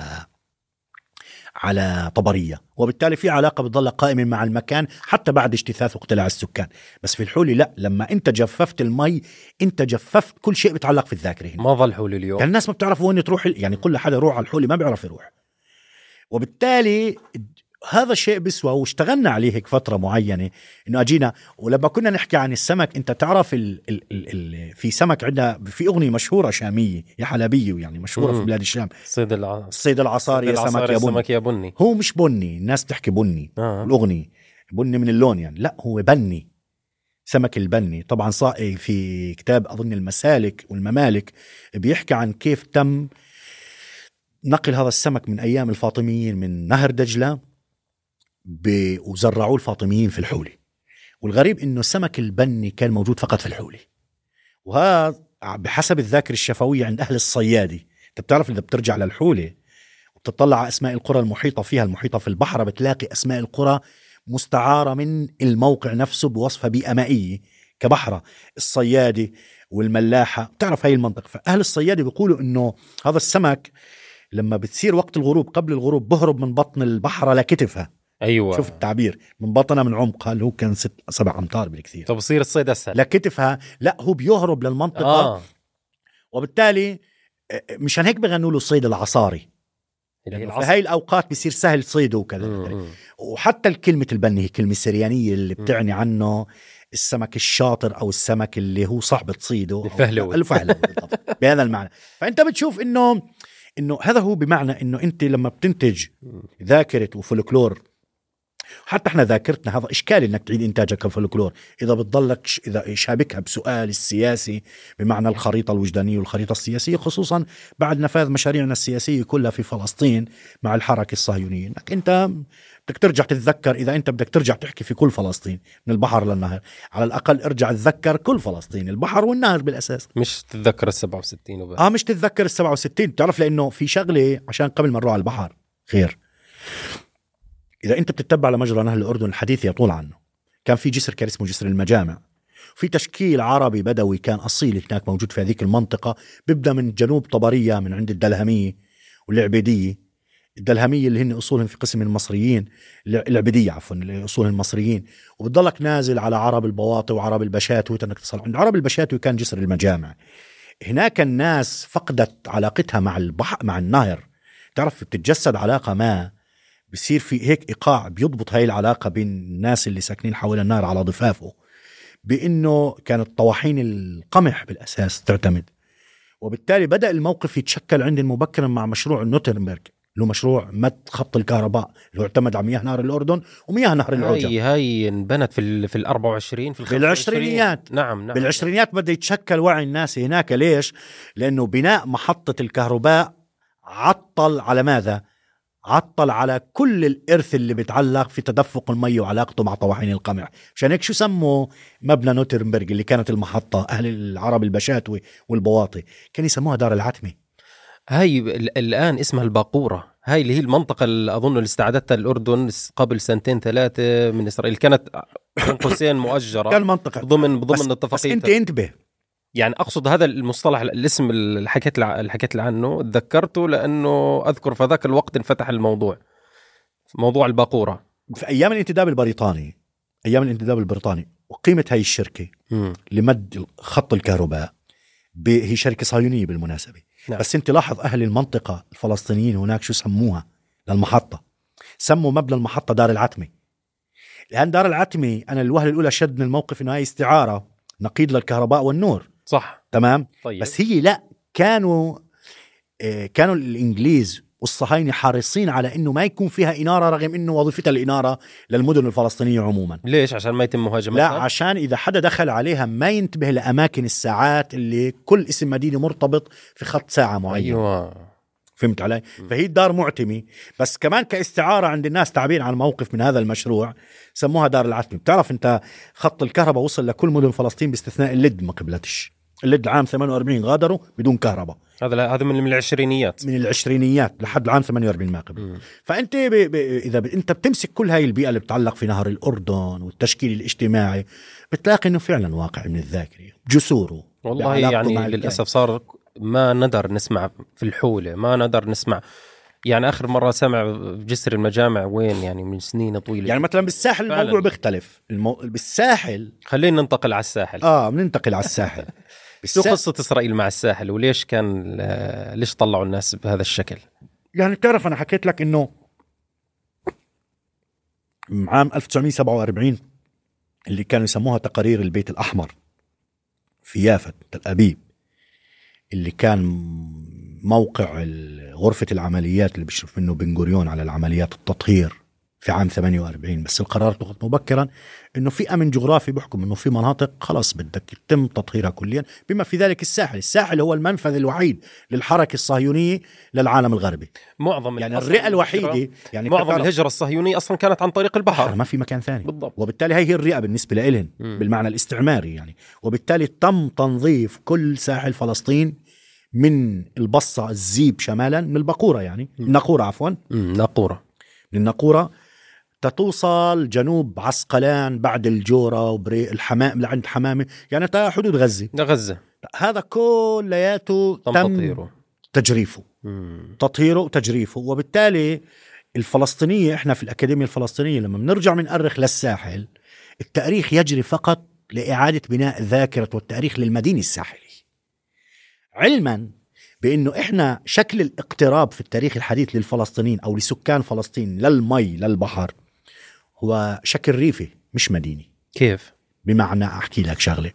Speaker 2: على طبرية، وبالتالي في علاقة بتضل قائمة مع المكان حتى بعد اجتثاث واقتلاع السكان. بس في الحولي لا، لما انت جففت المي انت جففت كل شيء بتعلق في الذاكرة هنا.
Speaker 1: ما ظل حولي اليوم،
Speaker 2: يعني الناس ما بتعرف وين تروح، يعني كل حدا يروح على الحولي ما بيعرف يروح. وبالتالي هذا الشيء بسوى، واشتغلنا عليه هيك فترة معينة إنه أجينا. ولما كنا نحكي عن السمك، أنت تعرف في سمك عندنا في أغنية مشهورة شامية يا حلبية، يعني مشهورة في بلاد الشام، صيد العصار يا سمك يا بني. هو مش بني، الناس بتحكي بني. الأغنية بني من اللون يعني، لا هو بني، سمك البني. طبعا صائي في كتاب أظن المسالك والممالك بيحكي عن كيف تم نقل هذا السمك من أيام الفاطميين من نهر دجلة وزرعوه الفاطميين في الحولي. والغريب إنه السمك البني كان موجود فقط في الحولي، وهذا بحسب الذاكرة الشفوية عند أهل الصيادي. أنت بتعرف إذا بترجع للحولي وتطلع على أسماء القرى المحيطة فيها، المحيطة في البحر، بتلاقي أسماء القرى مستعارة من الموقع نفسه بوصفها بيئة مائية كبحرة. الصيادي والملاحة بتعرف هاي المنطقة. فأهل الصيادي بيقولوا إنه هذا السمك لما بتصير وقت الغروب قبل الغروب بهرب من بطن البحرة لكتفها.
Speaker 1: أيوة.
Speaker 2: شوف التعبير، من بطنها من عمقها اللي هو كان 6-7 أمتار بالكثير.
Speaker 1: طب بصير الصيد أسهل
Speaker 2: لكتفها، لا هو بيهرب للمنطقة. وبالتالي مشان هيك بغنوا له الصيد العصاري. في هاي الأوقات بيصير سهل صيده وكذا. وحتى الكلمة البني هي كلمة سريانية اللي بتعني عنه السمك الشاطر أو السمك اللي هو صعب تصيده، الفهلوي بهذا المعنى. فأنت بتشوف إنه هذا هو بمعنى إنه أنت لما بتنتج ذاكرة وفولكلور، حتى احنا ذاكرتنا هذا إشكال إنك تعيد إنتاجها كفولكلور إذا بتضلك إذا شابكها بسؤال السياسي بمعنى الخريطة الوجدانية والخريطة السياسية، خصوصا بعد نفاذ مشاريعنا السياسية كلها في فلسطين مع الحركة الصهيونية. إنك أنت بدك ترجع تتذكر، إذا أنت بدك ترجع تحكي في كل فلسطين من البحر للنهر، على الأقل ارجع تذكر كل فلسطين، البحر والنهر بالأساس،
Speaker 1: مش تتذكر 67 وبس.
Speaker 2: مش تتذكر 67. بتعرف لأنه في شغلة عشان قبل ما نروح على البحر خير، إذا أنت بتتبع لمجرى نهر الأردن الحديث يطول عنه، كان في جسر كان اسمه جسر المجامع، في تشكيل عربي بدوي كان أصيل هناك موجود في هذيك المنطقة، بيبدأ من جنوب طبرية من عند الدلهمية والعبيدية. الدلهمية اللي هن أصولهم في قسم المصريين، العبيدية عفوا اللي أصولهم المصريين، وبتضلك نازل على عرب البواطي وعرب البشاتوي تنك تصل عند عرب البشاتوي كان جسر المجامع. هناك الناس فقدت علاقتها مع البحر مع النهر. تعرف بتتجسد علاقة ما بصير في هيك إيقاع بيضبط هاي العلاقة بين الناس اللي ساكنين حول النهر على ضفافه، بأنه كانت طواحين القمح بالأساس تعتمد. وبالتالي بدأ الموقف يتشكل عند مبكرا مع مشروع نوترنبرغ اللي هو مشروع مد خط الكهرباء اللي هو اعتمد على مياه نهر الأردن ومياه نهر العجم.
Speaker 1: هاي انبنت في 24 في
Speaker 2: العشرينيات.
Speaker 1: نعم.
Speaker 2: بالعشرينيات بدأ يتشكل وعي الناس هناك. ليش؟ لأنه بناء محطة الكهرباء عطل على ماذا؟ عطل على كل الإرث اللي بيتعلق في تدفق المي وعلاقته مع طواحين القمح. عشان هيك شو سموا مبنى نوترنبرغ اللي كانت المحطة أهل العرب البشاتوي والبواطي كانوا يسموها دار العتمة.
Speaker 1: هاي الآن اسمها الباقورة، هاي اللي هي المنطقة اللي أظن اللي استعدتها الأردن قبل 2-3 من إسرائيل، كانت بين قوسين مؤجرة،
Speaker 2: كان منطقة
Speaker 1: ضمن الاتفاقية.
Speaker 2: بس أنت انتبه،
Speaker 1: يعني أقصد هذا المصطلح الاسم اللي حكيت عنه تذكرته لأنه أذكر في ذاك الوقت انفتح الموضوع، موضوع الباقورة
Speaker 2: في أيام الانتداب البريطاني. وقيمة هاي الشركة لمد خط الكهرباء هي شركة صهيونية بالمناسبة. نعم. بس انت لاحظ أهل المنطقة الفلسطينيين هناك شو سموها للمحطة؟ سموا مبنى المحطة دار العتمة. لأن دار العتمة أنا الوهلة الأولى شد من الموقف إنه هاي استعارة نقيض للكهرباء والنور،
Speaker 1: صح
Speaker 2: تمام.
Speaker 1: طيب.
Speaker 2: بس هي لا، كانوا الإنجليز والصهاينة حريصين على إنه ما يكون فيها إنارة، رغم إنه وظيفتها الإنارة للمدن الفلسطينية عموما.
Speaker 1: ليش؟ عشان ما يتم مهاجمتها؟
Speaker 2: لا، عشان إذا حدا دخل عليها ما ينتبه لأماكن الساعات اللي كل اسم مدينة مرتبط في خط ساعة معين.
Speaker 1: أيوة.
Speaker 2: فهمت علي؟ فهي الدار معتمي، بس كمان كاستعارة عند الناس تعبير عن موقف من هذا المشروع سموها دار العتمة. بتعرف أنت خط الكهرباء وصل لكل مدن فلسطين باستثناء اللد، ما قبلتش اللد العام 48 غادروا بدون كهرباء.
Speaker 1: هذا من
Speaker 2: العشرينيات لحد العام 48 ما قبل. فأنت إذا أنت بتمسك كل هاي البيئة اللي بتعلق في نهر الأردن والتشكيل الاجتماعي، بتلاقي إنه فعلا واقع من الذاكرة جسوره.
Speaker 1: والله يعني للأسف صار ما نقدر نسمع في الحولة، ما نقدر نسمع. يعني آخر مرة سمع جسر المجامع وين؟ يعني من سنين طويلة.
Speaker 2: يعني مثلا بالساحل فعلا. الموضوع بيختلف. بالساحل
Speaker 1: خلينا ننتقل على الساحل.
Speaker 2: بننتقل على الساحل.
Speaker 1: شو قصة إسرائيل مع الساحل وليش ليش طلعوا الناس بهذا الشكل؟
Speaker 2: يعني بتعرف أنا حكيت لك إنه عام 1947 اللي كانوا يسموها تقارير البيت الأحمر في يافا تل أبيب، اللي كان موقع غرفة العمليات اللي بيشرف منه بن غوريون على العمليات التطهير في عام 48، بس القرار اتخذ مبكرا انه في امن جغرافي بحكم انه في مناطق خلاص بدك يتم تطهيرها كليا، بما في ذلك الساحل هو المنفذ الوحيد للحركة الصهيونية للعالم الغربي.
Speaker 1: معظم
Speaker 2: يعني الرئة الوحيدة، يعني
Speaker 1: معظم الهجرة الصهيونية اصلا كانت عن طريق البحر،
Speaker 2: ما في مكان ثاني
Speaker 1: بالضبط.
Speaker 2: وبالتالي هي الرئة بالنسبة لهم بالمعنى الاستعماري يعني. وبالتالي تم تنظيف كل ساحل فلسطين من البصة الزيب شمالا، من البقورة يعني الناقورة عفوا
Speaker 1: ناقورة،
Speaker 2: من الناقورة تتوصل جنوب عسقلان بعد الجورة وبريق الحمام لعند حمامة، يعني تا حدود غزة. هذا كلياته تم تطهيره وتجريفه. وبالتالي الفلسطينية، احنا في الأكاديمية الفلسطينية لما بنرجع من أرخ للساحل، التاريخ يجري فقط لإعادة بناء ذاكرة والتاريخ للمدينة الساحلية، علما بأنه إحنا شكل الاقتراب في التاريخ الحديث للفلسطينيين أو لسكان فلسطين للمي للبحر هو شكل ريفي مش مديني.
Speaker 1: كيف؟
Speaker 2: بمعنى أحكي لك شغلة،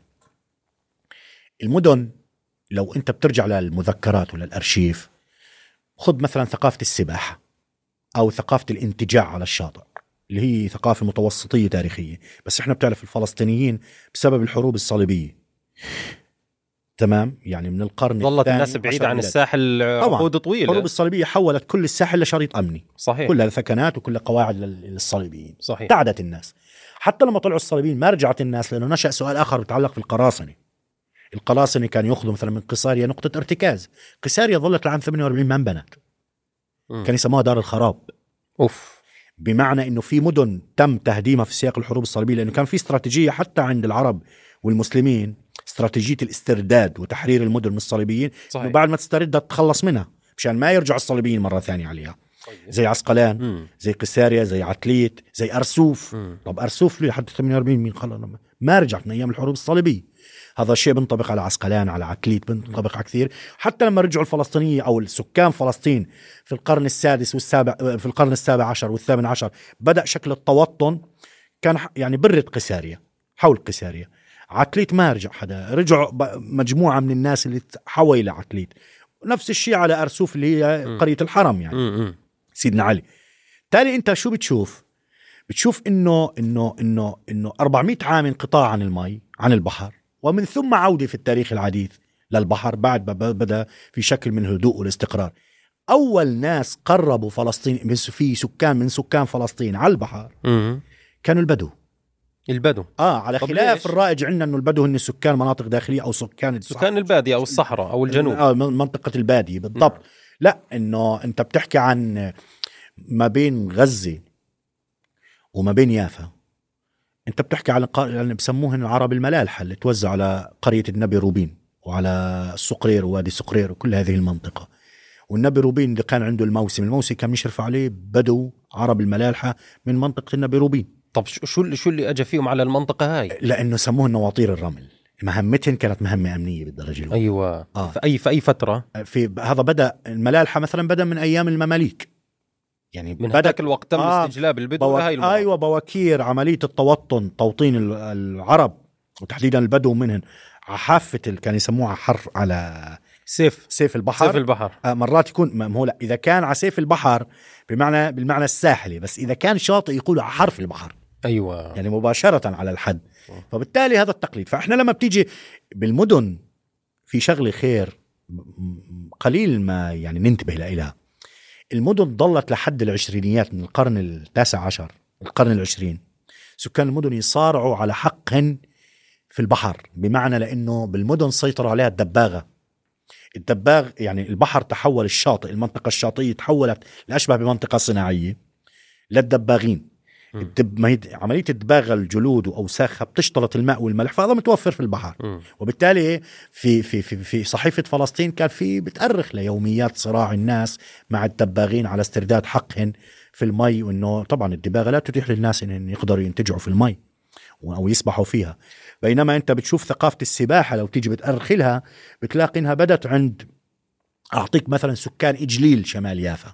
Speaker 2: المدن لو أنت بترجع للمذكرات وللأرشيف، خذ مثلا ثقافة السباحة أو ثقافة الانتجاع على الشاطئ اللي هي ثقافة متوسطية تاريخية، بس إحنا بتعرف الفلسطينيين بسبب الحروب الصليبية، تمام، يعني من القرن
Speaker 1: ظلت الناس بعيدة عن الساحل عقود طويلة.
Speaker 2: الحروب الصليبية حولت كل الساحل لشريط أمني،
Speaker 1: صحيح،
Speaker 2: كلها ثكنات وكلها قواعد للصليبيين،
Speaker 1: صحيح.
Speaker 2: تعدت الناس. حتى لما طلعوا الصليبيين ما رجعت الناس، لأنه نشأ سؤال آخر بيتعلق في القراصنة كان يأخذوا مثلا من قيساريا نقطة ارتكاز. قيساريا ظلت لعام 48 ما انبنت، كان يسموها دار الخراب. بمعنى انه في مدن تم تهديمها في سياق الحروب الصليبية، لانه كان في استراتيجية حتى عند العرب والمسلمين، استراتيجية الاسترداد وتحرير المدن من الصليبيين، انه بعد ما تستردها تتخلص منها مشان ما يرجع الصليبيين مرة ثانية عليها. زي عسقلان، زي قيساريا، زي عتليت، زي أرسوف. طب أرسوف لحد 48 مين خلص ما رجعت من أيام الحروب الصليبية. هذا الشيء بنطبق على عسقلان، على عتليت، بنطبق على كثير. حتى لما رجعوا الفلسطينيين أو السكان فلسطين في القرن السادس والسابع، في القرن السابع عشر والثامن عشر، بدأ شكل التوطن كان يعني برة قيساريا، حول قيساريا. عتليت ما رجع حدا، رجعوا مجموعة من الناس اللي حوالي عتليت. نفس الشيء على أرسوف اللي هي قرية الحرم يعني سيدنا علي. تالي أنت شو بتشوف إنه 400 عام انقطاع عن المي، عن البحر، ومن ثم عودة في التاريخ الحديث للبحر بعد بدأ في شكل من هدوء والاستقرار. أول ناس قربوا فلسطين في سكان من سكان فلسطين على البحر كانوا البدو. على خلاف الرائج عندنا انه البدو هن سكان مناطق داخليه او سكان
Speaker 1: الباديه او الصحراء او الجنوب،
Speaker 2: منطقه الباديه بالضبط. لا، انه انت بتحكي عن ما بين غزه وما بين يافا، انت بتحكي على يعني بسموهن العرب الملالحه اللي توزعوا على قريه النبي روبين وعلى السقرير ووادي سقرير وكل هذه المنطقه. والنبي روبين اللي كان عنده الموسم كان يشرف عليه بدو عرب الملالحه من منطقه النبي روبين.
Speaker 1: طب شو اللي اجى فيهم على المنطقه هاي؟
Speaker 2: لانه سموه نواطير الرمل، مهمتهم كانت مهمه امنيه بالدرجه الاولى.
Speaker 1: ايوه. في اي فتره
Speaker 2: في هذا بدا الملالحه مثلا بدا من ايام المماليك، يعني
Speaker 1: من هذاك الوقت تم استجلاب البدو لهي المنطقه.
Speaker 2: ايوه، بواكير عمليه توطين العرب وتحديدا البدو منهن حافه كان يسموها حر على سيف البحر. مرات يكون هو لا، اذا كان على سيف البحر بالمعنى الساحلي، بس اذا كان شاطئ يقولوا على حرف البحر.
Speaker 1: ايوه،
Speaker 2: يعني مباشره على الحد. فبالتالي هذا التقليد. فاحنا لما بتيجي بالمدن في شغله خير قليل ما يعني ننتبه لها. المدن ضلت لحد العشرينيات من القرن التاسع عشر، القرن العشرين، سكان المدن يصارعوا على حقهن في البحر، بمعنى لانه بالمدن سيطروا عليها الدباغ يعني البحر تحول، الشاطئ، المنطقة الشاطئية تحولت لأشبه بمنطقة صناعية للدباغين. عملية الدباغ الجلود وأوساخها بتشترط الماء والملح، فهذا متوفر في البحر. وبالتالي في صحيفة فلسطين كان في بتأرخ ليوميات صراع الناس مع الدباغين على استرداد حقهن في المي، وإنه طبعا الدباغة لا تتيح للناس إن يقدروا ينتجعوا في المي أو يسبحوا فيها. بينما أنت بتشوف ثقافة السباحة لو تيجي بتأرخ لها بتلاقي إنها بدت عند، أعطيك مثلا سكان إجليل شمال يافا.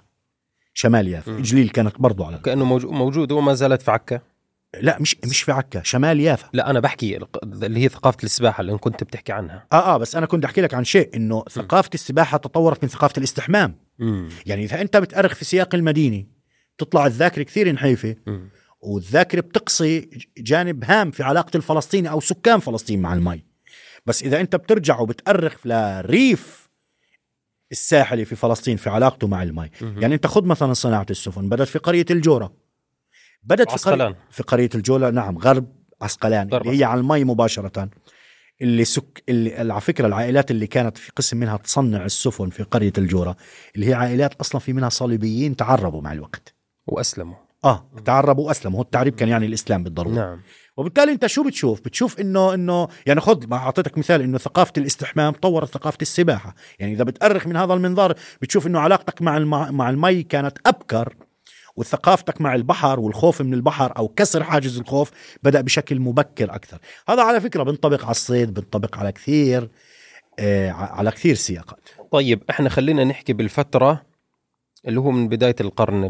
Speaker 2: إجليل كانت برضو على
Speaker 1: كأنه موجود وما زالت في عكا.
Speaker 2: لا، مش في عكا، شمال يافا.
Speaker 1: لا، أنا بحكي اللي هي ثقافة السباحة اللي كنت بتحكي عنها.
Speaker 2: بس أنا كنت أحكي لك عن شيء، إنه ثقافة السباحة تطورت من ثقافة الاستحمام. يعني إذا أنت بتأرخ في سياق المدينة تطلع الذاكرة كثير نحيفة، والذاكرة بتقصي جانب هام في علاقة الفلسطيني أو سكان فلسطين مع المي. بس إذا أنت بترجع وبتأرخ لريف الساحلي في فلسطين في علاقته مع المي، يعني أنت خذ مثلا صناعة السفن بدأت في قرية الجورة، بدأت في قرية الجورة، نعم، غرب عسقلان اللي هي على المي مباشرة. اللي على فكرة العائلات اللي كانت في قسم منها تصنع السفن في قرية الجورة اللي هي عائلات أصلا في منها صليبيين تعربوا مع الوقت
Speaker 1: وأسلموا.
Speaker 2: تعربوا وأسلموا، هو التعريب كان يعني الإسلام بالضرورة.
Speaker 1: نعم.
Speaker 2: وبالتالي أنت شو بتشوف إنه يعني خذ، ما أعطيتك مثال إنه ثقافة الاستحمام طورت ثقافة السباحة. يعني إذا بتأرخ من هذا المنظار بتشوف إنه علاقتك مع المي كانت أبكر، وثقافتك مع البحر والخوف من البحر أو كسر حاجز الخوف بدأ بشكل مبكر أكثر. هذا على فكرة بنطبق على الصيد، بنطبق على كثير سياقات.
Speaker 1: طيب احنا خلينا نحكي بالفترة اللي هو من بداية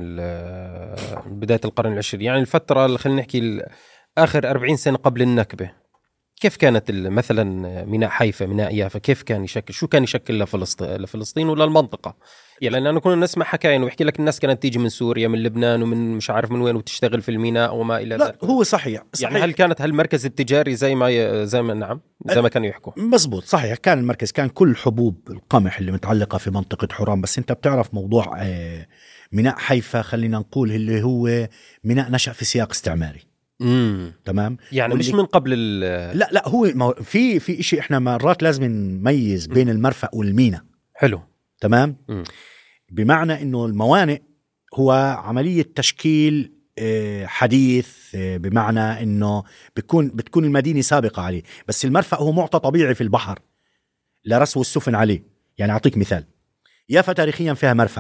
Speaker 1: القرن العشرين، يعني الفترة اللي خلينا نحكي آخر 40 سنة قبل النكبة. كيف كانت مثلا ميناء حيفا، ميناء يافا، كيف كان يشكل، شو كان يشكل لفلسطين ولا المنطقة؟ يعني لأننا كنا نسمع حكاية ويحكي لك الناس كانت تيجي من سوريا، من لبنان، ومن مش عارف من وين، وتشتغل في الميناء وما إلى ذلك.
Speaker 2: لا هو صحيح.
Speaker 1: يعني هل كانت هالمركز التجاري زي ما كانوا يحكوا؟
Speaker 2: مزبوط، صحيح. كان المركز، كان كل حبوب القمح اللي متعلقة في منطقة حوران. بس أنت بتعرف موضوع ميناء حيفا، خلينا نقول اللي هو ميناء نشأ في سياق استعماري. تمام،
Speaker 1: يعني مش من قبل
Speaker 2: لا هو في إشي إحنا مرات لازم نميز بين المرفأ والميناء.
Speaker 1: حلو،
Speaker 2: تمام. بمعنى إنه الموانئ هو عملية تشكيل حديث، بمعنى إنه بتكون المدينة سابقة عليه. بس المرفأ هو معطى طبيعي في البحر لرسو السفن عليه. يعني أعطيك مثال، يافا تاريخيا فيها مرفأ.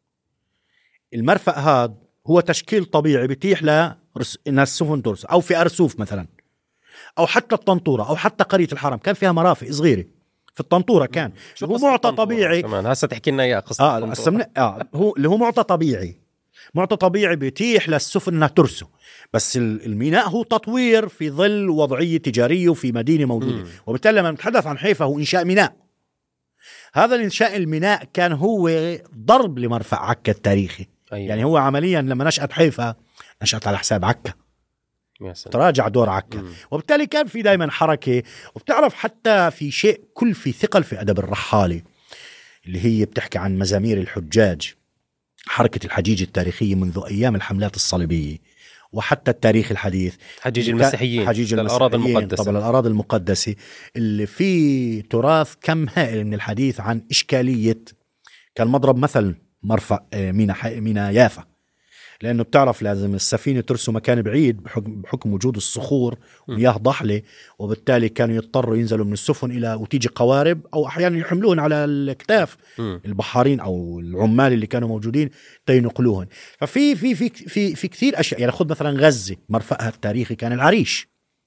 Speaker 2: المرفأ هذا هو تشكيل طبيعي بيتيح لناس السفن ترس، أو في أرسوف مثلا، أو حتى الطنطورة، أو حتى قرية الحرم كان فيها مرافق صغيرة. في الطنطورة كان هو معطى طبيعي.
Speaker 1: كمان هسه تحكي لنا اياه قصة
Speaker 2: هو اللي هو معطى طبيعي بيتيح للسفن انها ترسو. بس الميناء هو تطوير في ظل وضعية تجارية وفي مدينة موجودة. وبالتالي لما نتحدث عن حيفا هو إنشاء ميناء. هذا الإنشاء الميناء كان هو ضرب لمرفأ عكا التاريخي.
Speaker 1: أيوة.
Speaker 2: يعني هو عمليا لما نشأت حيفا نشأت على حساب عكا، تراجع دور عكا. وبالتالي كان في دائما حركة. وبتعرف حتى في شيء في ثقل في أدب الرحالة اللي هي بتحكي عن مزامير الحجاج، حركة الحجيج التاريخية منذ أيام الحملات الصليبية وحتى التاريخ الحديث،
Speaker 1: حجيج المسيحيين،
Speaker 2: طبعا الأراضي المقدسة اللي في تراث كم هائل من الحديث عن إشكالية. كان مضرب مثل مرفأ ميناء يافا، لأنه بتعرف لازم السفينة ترسو مكان بعيد بحكم وجود الصخور ومياه ضحلة. وبالتالي كانوا يضطروا ينزلوا من السفن وتيجي قوارب، أو أحيانا يحملون على الأكتاف البحارين أو العمال اللي كانوا موجودين تينقلوهن. ففي في في في في كثير أشياء. يعني خذ مثلا غزة، مرفأها التاريخي كان العريش.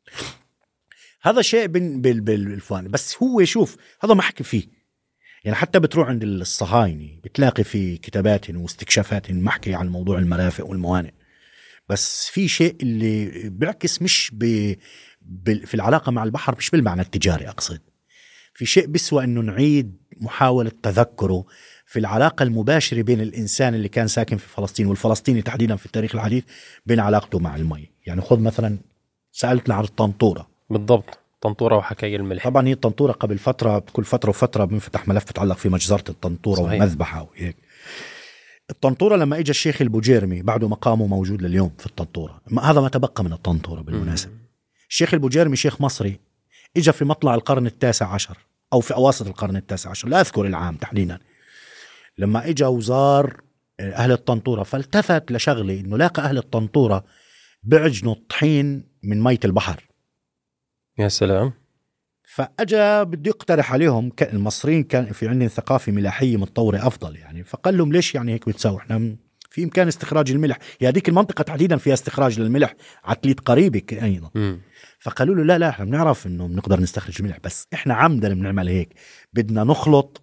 Speaker 2: هذا شيء بالفوان. بس هو شوف هذا ما حكي فيه. يعني حتى بتروح عند الصهاينة بتلاقي في كتاباتهم واستكشافاتهم محكي عن موضوع المرافق والموانئ. بس في شيء اللي بيعكس مش في العلاقة مع البحر، مش بالمعنى التجاري أقصد. في شيء بسوى أنه نعيد محاولة تذكره في العلاقة المباشرة بين الإنسان اللي كان ساكن في فلسطين والفلسطيني تحديدا في التاريخ الحديث، بين علاقته مع المي. يعني خذ مثلا سألتنا عن الطنطورة.
Speaker 1: بالضبط، طنطورة وحكاية الملح.
Speaker 2: طبعا هي الطنطورة قبل فترة، كل فترة وفترة بنفتح ملف تتعلق في مجزرة الطنطورة والمذبحة وهيك. الطنطورة لما اجى الشيخ البوجيرمي بعده مقامه موجود لليوم في الطنطورة. هذا ما تبقى من الطنطورة بالمناسبة. الشيخ البوجيرمي شيخ مصري، اجى في مطلع القرن 19 أو في أواسط القرن 19، لا أذكر العام تحديدا. لما اجى وزار أهل الطنطورة فالتفت لشغلة، إنه لاقى أهل الطنطورة بعجنوا الطحين من مية البحر.
Speaker 1: يا سلام.
Speaker 2: فأجا بدي يقترح عليهم، المصريين كان في عندنا ثقافة ملاحية متطورة أفضل يعني. فقال لهم ليش يعني هيك بتساوي؟ احنا في إمكان استخراج الملح، يا هذيك المنطقة تحديدا فيها استخراج للملح، عتليت قريبة أيضا. فقالوا له لا احنا بنعرف إنه بنقدر نستخرج الملح، بس احنا عمدا بنعمل هيك، بدنا نخلط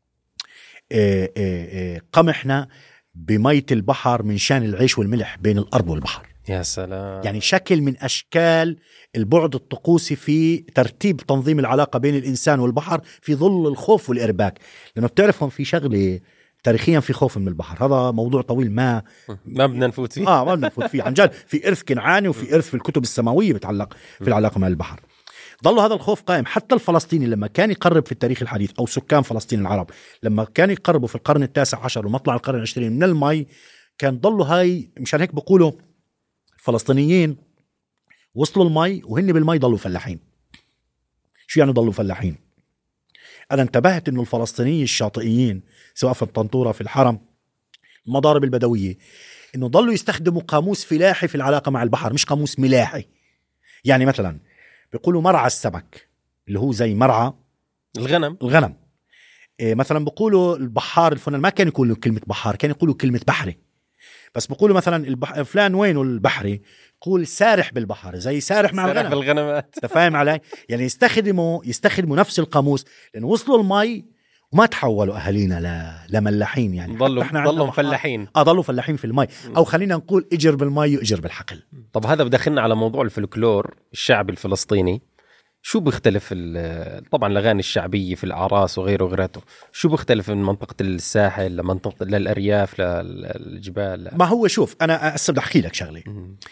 Speaker 2: قمحنا بمية البحر من شان العيش والملح بين الأرض والبحر.
Speaker 1: يا سلام.
Speaker 2: يعني شكل من أشكال البعد الطقوسي في ترتيب تنظيم العلاقة بين الإنسان والبحر في ظل الخوف والإرباك. لأنه بتعرفهم في شغلة تاريخيا في خوف من البحر. هذا موضوع طويل ما
Speaker 1: بدنا نفوت فيه.
Speaker 2: ما بدنا نفوت فيه. عن جد في إرث كنعاني وفي إرث في الكتب السماوية بتعلق في العلاقة مع البحر. ظل هذا الخوف قائم. حتى الفلسطيني لما كان يقرب في التاريخ الحديث، أو سكان فلسطين العرب لما كانوا يقربوا في القرن 19 ومطلع القرن 20 من المي، كان ضلوا هاي. مشان هيك بقولوا الفلسطينيين وصلوا المي وهن بالمي ضلوا فلاحين. شو يعني ضلوا فلاحين؟ أنا انتبهت إنه الفلسطينيين الشاطئيين سواء في الطنطورة في الحرم المضارب البدوية إنه ضلوا يستخدموا قاموس فلاحي في العلاقة مع البحر، مش قاموس ملاحي. يعني مثلا بيقولوا مرعى السمك اللي هو زي مرعى الغنم. مثلا بيقولوا البحار الفلان، ما كان يقولوا كلمة بحار، كان يقولوا كلمة بحري. بس بيقولوا مثلا فلان وينه البحري، يقول سارح بالبحر، زي سارح مع الغنم
Speaker 1: بالغنمات.
Speaker 2: تفاهم علي؟ يعني يستخدموا نفس القاموس، لأنه وصلوا المي وما تحولوا أهالينا لملاحين. يعني
Speaker 1: ضلوا فلاحين.
Speaker 2: ضلوا فلاحين في المي، أو خلينا نقول إجر بالمي وإجر بالحقل.
Speaker 1: طب هذا بدخلنا على موضوع الفلكلور الشعبي الفلسطيني. شو بيختلف طبعا الأغاني الشعبية في الأعراس وغيره، شو بيختلف من منطقة الساحل لمنطقة للأرياف للجبال؟
Speaker 2: ما هو شوف، أنا بدي أحكي لك شغلة.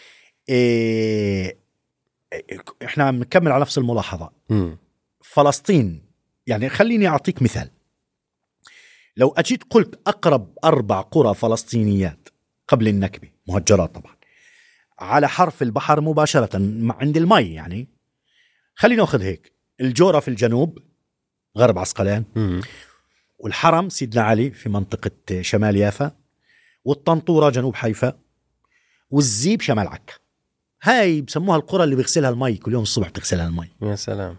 Speaker 2: إحنا بنكمل على نفس الملاحظة. فلسطين، يعني خليني أعطيك مثال. لو أجيت قلت أقرب 4 قرى فلسطينيات قبل النكبة، مهجرات طبعا، على حرف البحر مباشرة عند المي، يعني خلينا نأخذ هيك: الجورة في الجنوب غرب عسقلان، والحرم سيدنا علي في منطقة شمال يافا، والطنطورة جنوب حيفا، والزيب شمال عكا. هاي بسموها القرى اللي بيغسلها المي كل يوم الصبح، بتغسلها المي.
Speaker 1: يا سلام.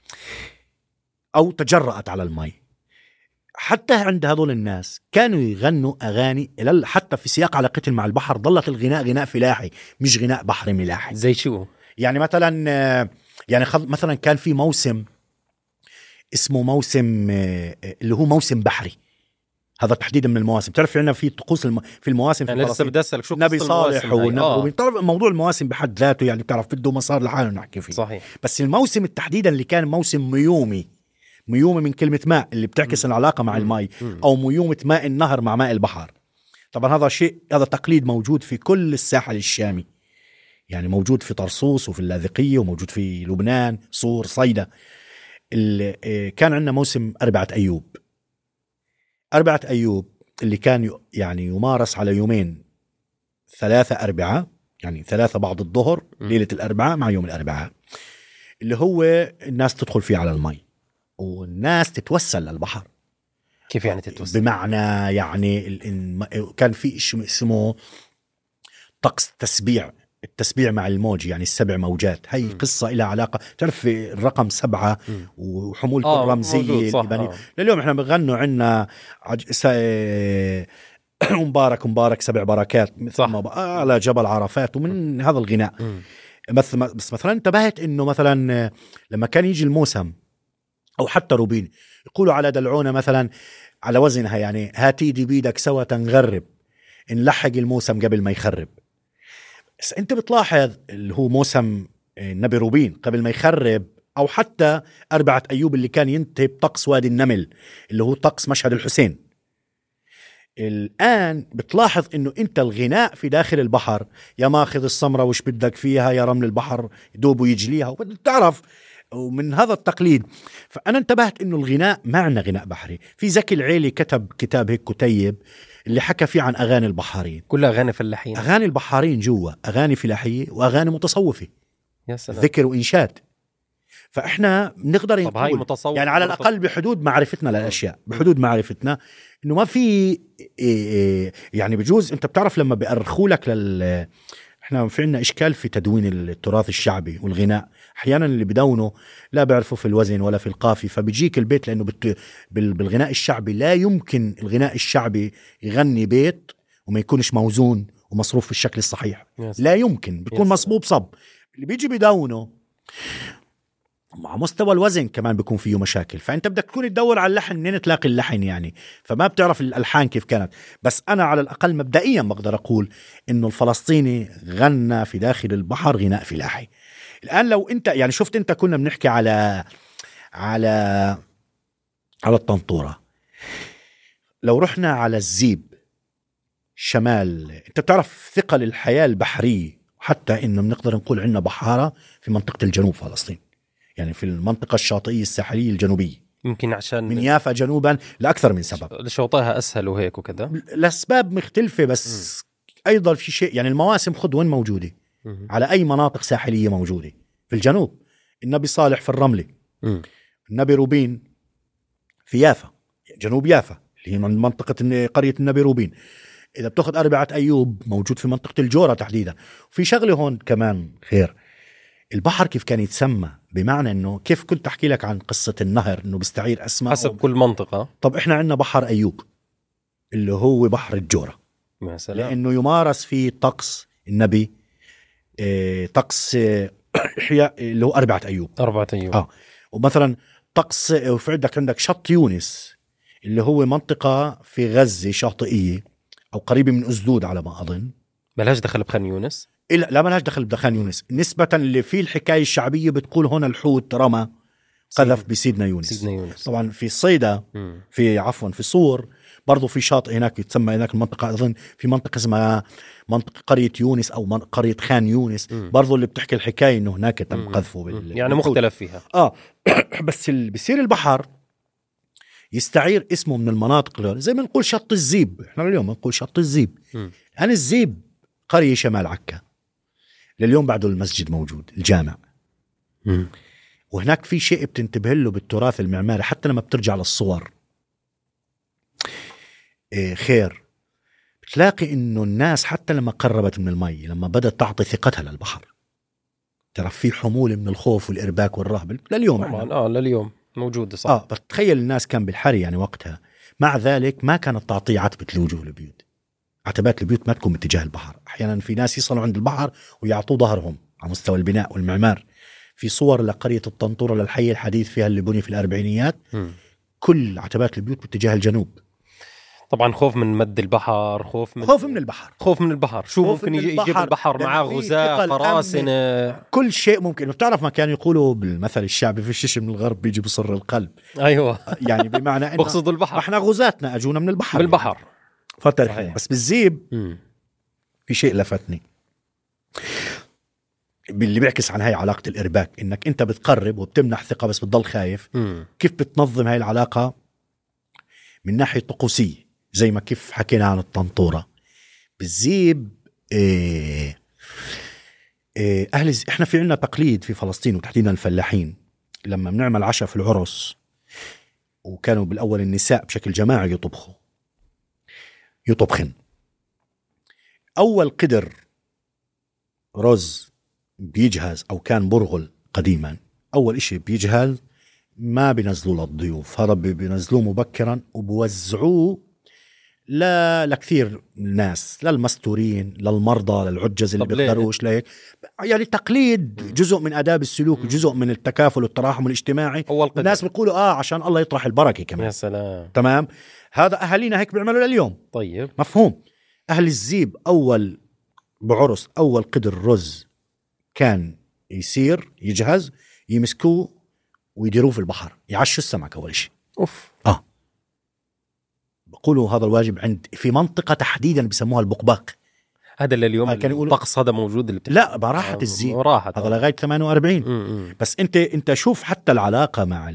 Speaker 2: أو تجرأت على المي. حتى عند هذول الناس كانوا يغنوا أغاني حتى في سياق علاقتهم مع البحر. ظلت الغناء غناء فلاحي مش غناء بحري ملاحي.
Speaker 1: زي شو؟
Speaker 2: يعني مثلا مثلا كان في موسم اسمه موسم اللي هو موسم بحري. هذا تحديدا من المواسم. تعرف عندنا في طقوس في المواسم في
Speaker 1: لسه بدي أسألك شو
Speaker 2: نبي صالح ونبي تعرف موضوع المواسم بحد ذاته، يعني تعرف بده مسار لحاله نحكي فيه.
Speaker 1: صحيح.
Speaker 2: بس الموسم تحديدا اللي كان موسم ميومي من كلمة ماء اللي بتعكس العلاقة مع الماء، أو ميومة ماء النهر مع ماء البحر. طبعا هذا تقليد موجود في كل الساحل الشامي، يعني موجود في طرسوس وفي اللاذقية وموجود في لبنان صور صيدا. كان عندنا موسم 4 أيوب. 4 أيوب اللي كان يعني يمارس على يومين، 3 أربعة، يعني 3 بعد الظهر ليلة الأربعاء مع يوم الأربعاء، اللي هو الناس تدخل فيه على المي والناس تتوسل للبحر.
Speaker 1: كيف يعني تتوسل؟
Speaker 2: بمعنى يعني كان في اسمه طقس التسبيع مع الموج، يعني ال7 موجات. هاي قصة إلها علاقة، تعرف الرقم 7 وحمولته الرمزية لليوم احنا بنغنوا عنا مبارك 7 بركات على جبل عرفات، ومن هذا الغناء. بس مثلا انتبهت انه مثلا لما كان يجي الموسم او حتى روبين يقولوا على دلعونة مثلا على وزنها، يعني هاتي دي بيدك سوا تنغرب، نلحق الموسم قبل ما يخرب. بس انت بتلاحظ اللي هو موسم النبي روبين قبل ما يخرب، او حتى 4 أيوب اللي كان ينتهي بطقس وادي النمل اللي هو طقس مشهد الحسين. الآن بتلاحظ انه انت الغناء في داخل البحر، يا ماخذ السمرة وش بدك فيها، يا رمل البحر يدوب ويجليها، وبتعرف ومن هذا التقليد. فأنا انتبهت انه الغناء معنا غناء بحري. في زكي العيلي كتب كتاب هيك كتيب اللي حكى فيه عن أغاني البحارين، كلها
Speaker 1: أغاني فلاحين،
Speaker 2: أغاني البحارين جوا، أغاني فلاحية وأغاني متصوفة،
Speaker 1: يا سلام،
Speaker 2: ذكر وإنشاد. فإحنا بنقدر نقول يعني على الأقل بحدود معرفتنا للأشياء، بحدود معرفتنا إنه ما في يعني بجوز. أنت بتعرف لما بيأرخوا لك إحنا في عنا إشكال في تدوين التراث الشعبي والغناء. أحيانا اللي بدونه لا بيعرفوا في الوزن ولا في القافي، فبيجيك البيت لأنه بالغناء الشعبي لا يمكن الغناء الشعبي يغني بيت وما يكونش موزون ومصروف في الشكل الصحيح. لا يمكن، بيكون مصبوب صب. اللي بيجي بدونه مع مستوى الوزن كمان بيكون فيه مشاكل. فأنت بدك تكون تدور على اللحن، منين تلاقي اللحن يعني، فما بتعرف الألحان كيف كانت. بس أنا على الأقل مبدئيا بقدر أقول إنه الفلسطيني غنى في داخل البحر غناء فلاحي. الآن لو أنت يعني شفت، أنت كنا بنحكي على الطنطورة. لو رحنا على الزيب شمال، انت بتعرف ثقل الحياة البحرية، حتى انه بنقدر نقول عندنا بحارة في منطقة الجنوب فلسطين، يعني في المنطقة الشاطئية الساحلية الجنوبية،
Speaker 1: يمكن عشان
Speaker 2: من يافا جنوبا لأكثر من سبب،
Speaker 1: شوطها أسهل وهيك وكذا،
Speaker 2: لأسباب مختلفة. بس أيضا في شيء، يعني المواسم خد وين موجودة على أي مناطق ساحلية موجودة في الجنوب. النبي صالح في الرملة، النبي روبين في يافا جنوب يافا اللي هي من منطقة قرية النبي روبين. إذا بتأخذ 4 أيوب موجود في منطقة الجورة تحديدا. وفي شغلة هون كمان خير، البحر كيف كان يتسمى، بمعنى انه كيف كنت احكي لك عن قصة النهر انه بيستعير اسماء
Speaker 1: حسب كل منطقة.
Speaker 2: طب احنا عندنا بحر ايوب اللي هو بحر الجورة
Speaker 1: مثلا،
Speaker 2: لانه يمارس فيه طقس النبي، طقس احياء اللي هو 4 أيوب.
Speaker 1: 4 أيوب.
Speaker 2: ومثلا طقس، وفي عندك شط يونس اللي هو منطقة في غزة شاطئية او قريبة من أسدود على ما اظن،
Speaker 1: ملهاش دخل بخان يونس.
Speaker 2: لا ملهاش دخل بخان يونس، نسبة اللي فيه الحكاية الشعبية بتقول هنا الحوت رمى قذف بسيدنا يونس. طبعا في صيدا، في صور برضو في شاطئ هناك يتسمى هناك المنطقة، أظن في منطقة اسمها منطقة قرية يونس أو قرية خان يونس، برضو اللي بتحكي الحكاية إنه هناك تم قذفه
Speaker 1: يعني مختلف فيها.
Speaker 2: بس بيصير البحر يستعير اسمه من المناطق، زي ما نقول شط الزيب، احنا اليوم نقول شط الزيب. أنا الزيب قرية شمال عكا، لليوم بعده المسجد موجود، الجامع. وهناك في شيء بتنتبه له بالتراث المعماري، حتى لما بترجع للصور خير، بتلاقي انه الناس حتى لما قربت من المي، لما بدأت تعطي ثقتها للبحر، ترى في حمول من الخوف والإرباك والرهبة لليوم
Speaker 1: طبعا. لليوم موجودة صح.
Speaker 2: بتخيل الناس كان بالحري يعني وقتها، مع ذلك ما كانت تعطي عتبة الوجوه للبيوت. عتبات البيوت ما تكون باتجاه البحر، أحيانا في ناس يصلوا عند البحر ويعطوا ظهرهم على مستوى البناء والمعمار. في صور لقرية الطنطورة للحي الحديث فيها اللي بني في الأربعينيات، كل عتبات البيوت باتجاه الجنوب.
Speaker 1: طبعا خوف من مد البحر، خوف من البحر. شو ممكن يجيب البحر معاه؟ غزاة، قراصنة،
Speaker 2: كل شيء ممكن. بتعرف ما كانوا يقولوا بالمثل الشعبي، في الشيش من الغرب بيجي بصر القلب.
Speaker 1: أيوة.
Speaker 2: يعني بمعنى إنه
Speaker 1: بقصد البحر،
Speaker 2: احنا غزاتنا أجونا من البحر،
Speaker 1: بالبحر
Speaker 2: فترة. بس بالزيب في شيء لفتني اللي بيعكس عن هاي علاقة الإرباك، إنك أنت بتقرب وبتمنح ثقة بس بتضل خايف. كيف بتنظم هاي العلاقة من ناحية طقوسية، زي ما كيف حكينا عن الطنطورة بالزيب. إحنا في عنا تقليد في فلسطين وتحديدا الفلاحين، لما بنعمل عشاء في العرس، وكانوا بالأول النساء بشكل جماعي يطبخن أول قدر رز بيجهز، أو كان برغل قديما، أول إشي بيجهز ما بينزلوه للضيوف، هذا بينزلوه مبكرا وبوزعوه لكثير ناس، للمستورين، للمرضى، للعجز اللي بيقدروش ليك. يعني تقليد، جزء من آداب السلوك، جزء من التكافل والتراحم الاجتماعي. الناس بيقولوا عشان الله يطرح البركة كمان.
Speaker 1: يا سلام.
Speaker 2: تمام. هذا أهالينا هيك بيعملوا لليوم.
Speaker 1: طيب
Speaker 2: مفهوم. أهل الزيب أول بعرس، أول قدر رز كان يصير يجهز، يمسكوه ويديروه في البحر، يعشوا السمك أول شيء. بقولوا هذا الواجب عند في منطقة تحديدا بيسموها البقباق.
Speaker 1: هذا اللي اليوم الطقس هذا موجود
Speaker 2: لا براحة الزيب هذا لغاية 48. بس انت شوف حتى العلاقة مع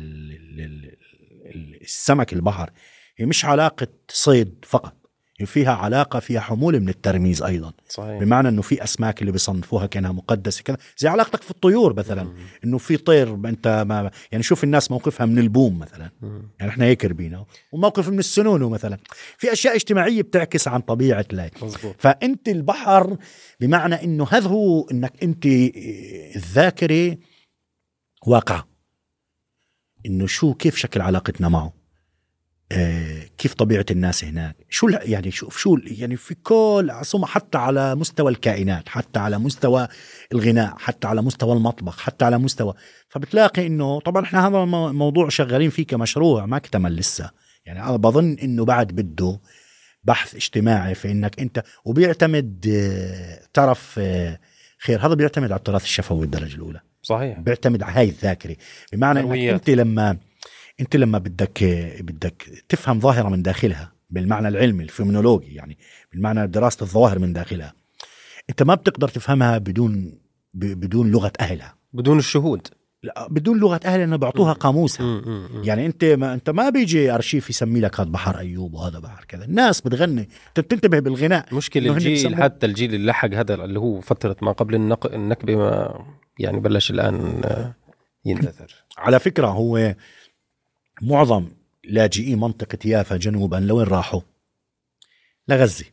Speaker 2: السمك البحر، هي مش علاقة صيد فقط، فيها علاقة، فيها حمول من الترميز أيضا. صحيح. بمعنى أنه في أسماك اللي بيصنفوها كأنها مقدسة كذا، زي علاقتك في الطيور مثلا. أنه في طير أنت ما يعني، شوف الناس موقفها من البوم مثلا، يعني إحنا هيك ربينا، وموقف من السنونو مثلا. في أشياء اجتماعية بتعكس عن طبيعة لا. فأنت البحر بمعنى أنه هذا هو، أنك أنت الذاكرة واقع، أنه كيف شكل علاقتنا معه، كيف طبيعة الناس هناك، يعني شو يعني في كل عصومة، حتى على مستوى الكائنات، حتى على مستوى الغناء، حتى على مستوى المطبخ، حتى على مستوى. فبتلاقي انه طبعا احنا هذا موضوع شغالين فيه كمشروع ما اكتمل لسه، يعني انا بظن انه بعد بده بحث اجتماعي في انك انت، وبيعتمد طرف خير، هذا بيعتمد على التراث الشفوي بالدرجة الأولى.
Speaker 1: صحيح.
Speaker 2: بيعتمد على هاي الذاكرة، بمعنى انك انت لما بدك تفهم ظاهرة من داخلها، بالمعنى العلمي الفيمنولوجي، يعني بالمعنى دراسة الظواهر من داخلها، انت ما بتقدر تفهمها بدون لغة أهلها،
Speaker 1: بدون الشهود.
Speaker 2: لا، بدون لغة أهلها، أنه بعطوها قاموسها. يعني أنت ما بيجي أرشيف يسمي لك هذا بحر أيوب وهذا بحر كذا، الناس بتغني، أنت بتنتبه بالغناء.
Speaker 1: مشكلة الجيل، حتى الجيل اللي لحق هذا اللي هو فترة ما قبل النكبة، ما يعني بلش الآن يندثر.
Speaker 2: على فكرة هو معظم لاجئي منطقة يافا جنوبا لوين راحوا؟ لغزة.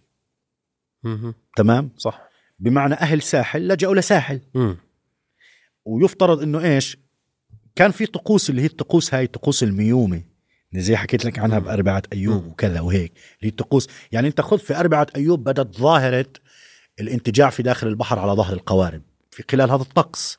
Speaker 2: تمام،
Speaker 1: صح.
Speaker 2: بمعنى أهل ساحل لجأوا لساحل. ويفترض إنه إيش كان في طقوس، اللي هي الطقوس هاي طقوس الميومة اللي زي حكيت لك عنها بأربعة أيوب وكذا وهيك، اللي هي الطقوس. يعني أنت خذ في أربعة أيوب بدت ظاهرة الانتجاع في داخل البحر على ظهر القوارب في خلال هذا الطقس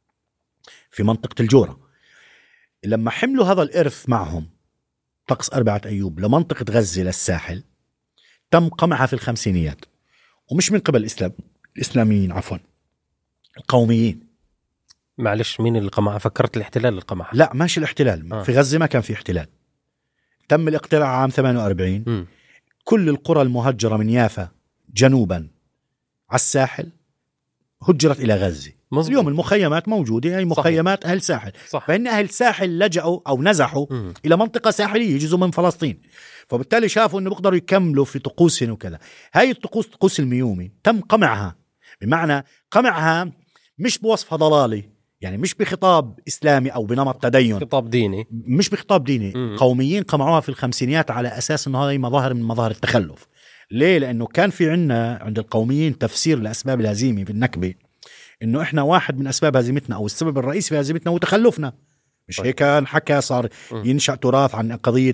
Speaker 2: في منطقة الجورة. لما حملوا هذا الإرث معهم طقس أربعة أيوب لمنطقة غزة للساحل، تم قمعها في الخمسينيات، ومش من قبل الإسلاميين، عفوا القوميين.
Speaker 1: معلش، مين اللي قمعها؟ فكرت الاحتلال اللي قمعها.
Speaker 2: لا، ماشي الاحتلال. في غزة ما كان في احتلال، تم الاقتلاع عام 48. كل القرى المهجرة من يافا جنوبا على الساحل هجرت إلى غزة. اليوم المخيمات موجودة، هي مخيمات أهل ساحل. فإن أهل ساحل لجأوا أو نزحوا إلى منطقة ساحلية جزء من فلسطين، فبالتالي شافوا أنه بيقدروا يكملوا في طقوسهم وكذا. هاي الطقوس، طقوس الميومي، تم قمعها. بمعنى قمعها مش بوصفها ضلالي، يعني مش بخطاب إسلامي أو بنمط تدين،
Speaker 1: خطاب ديني،
Speaker 2: مش بخطاب ديني. قوميين قمعوها في الخمسينيات على أساس أنه هذه مظاهر من مظاهر التخلف. ليه؟ لأنه كان في عند القوميين تفسير لأسباب الهزيمة في النكبة، إنه إحنا واحد من أسباب هزيمتنا أو السبب الرئيسي في هزيمتنا هو تخلفنا. مش هيك انحكى؟ صار ينشأ تراث عن قضية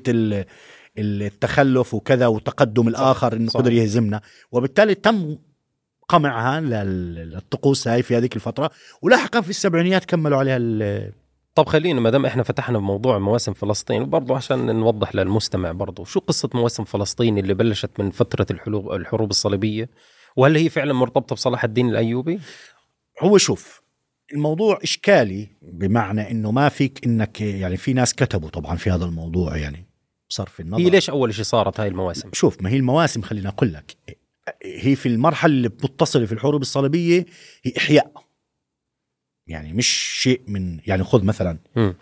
Speaker 2: التخلف وكذا وتقدم الآخر إنه قدر يهزمنا، وبالتالي تم قمعها للطقوس هاي في هذيك الفترة، ولاحقا في السبعينيات كملوا عليها.
Speaker 1: طب خلينا ما دام احنا فتحنا بموضوع مواسم فلسطين، برضو عشان نوضح للمستمع برضو شو قصة مواسم فلسطين اللي بلشت من فترة الحروب الصليبية، وهل هي فعلا مرتبطة بصلاح الدين الأيوبي؟
Speaker 2: هو شوف، الموضوع إشكالي، بمعنى إنه ما فيك إنك، يعني في ناس كتبوا طبعا في هذا الموضوع، يعني بصرف النظر
Speaker 1: هي ليش أول شيء صارت هاي المواسم.
Speaker 2: شوف، ما هي المواسم، خلينا أقول لك، هي في المرحلة اللي متصلة في الحروب الصليبية هي إحياء، يعني مش شيء من، يعني خذ مثلا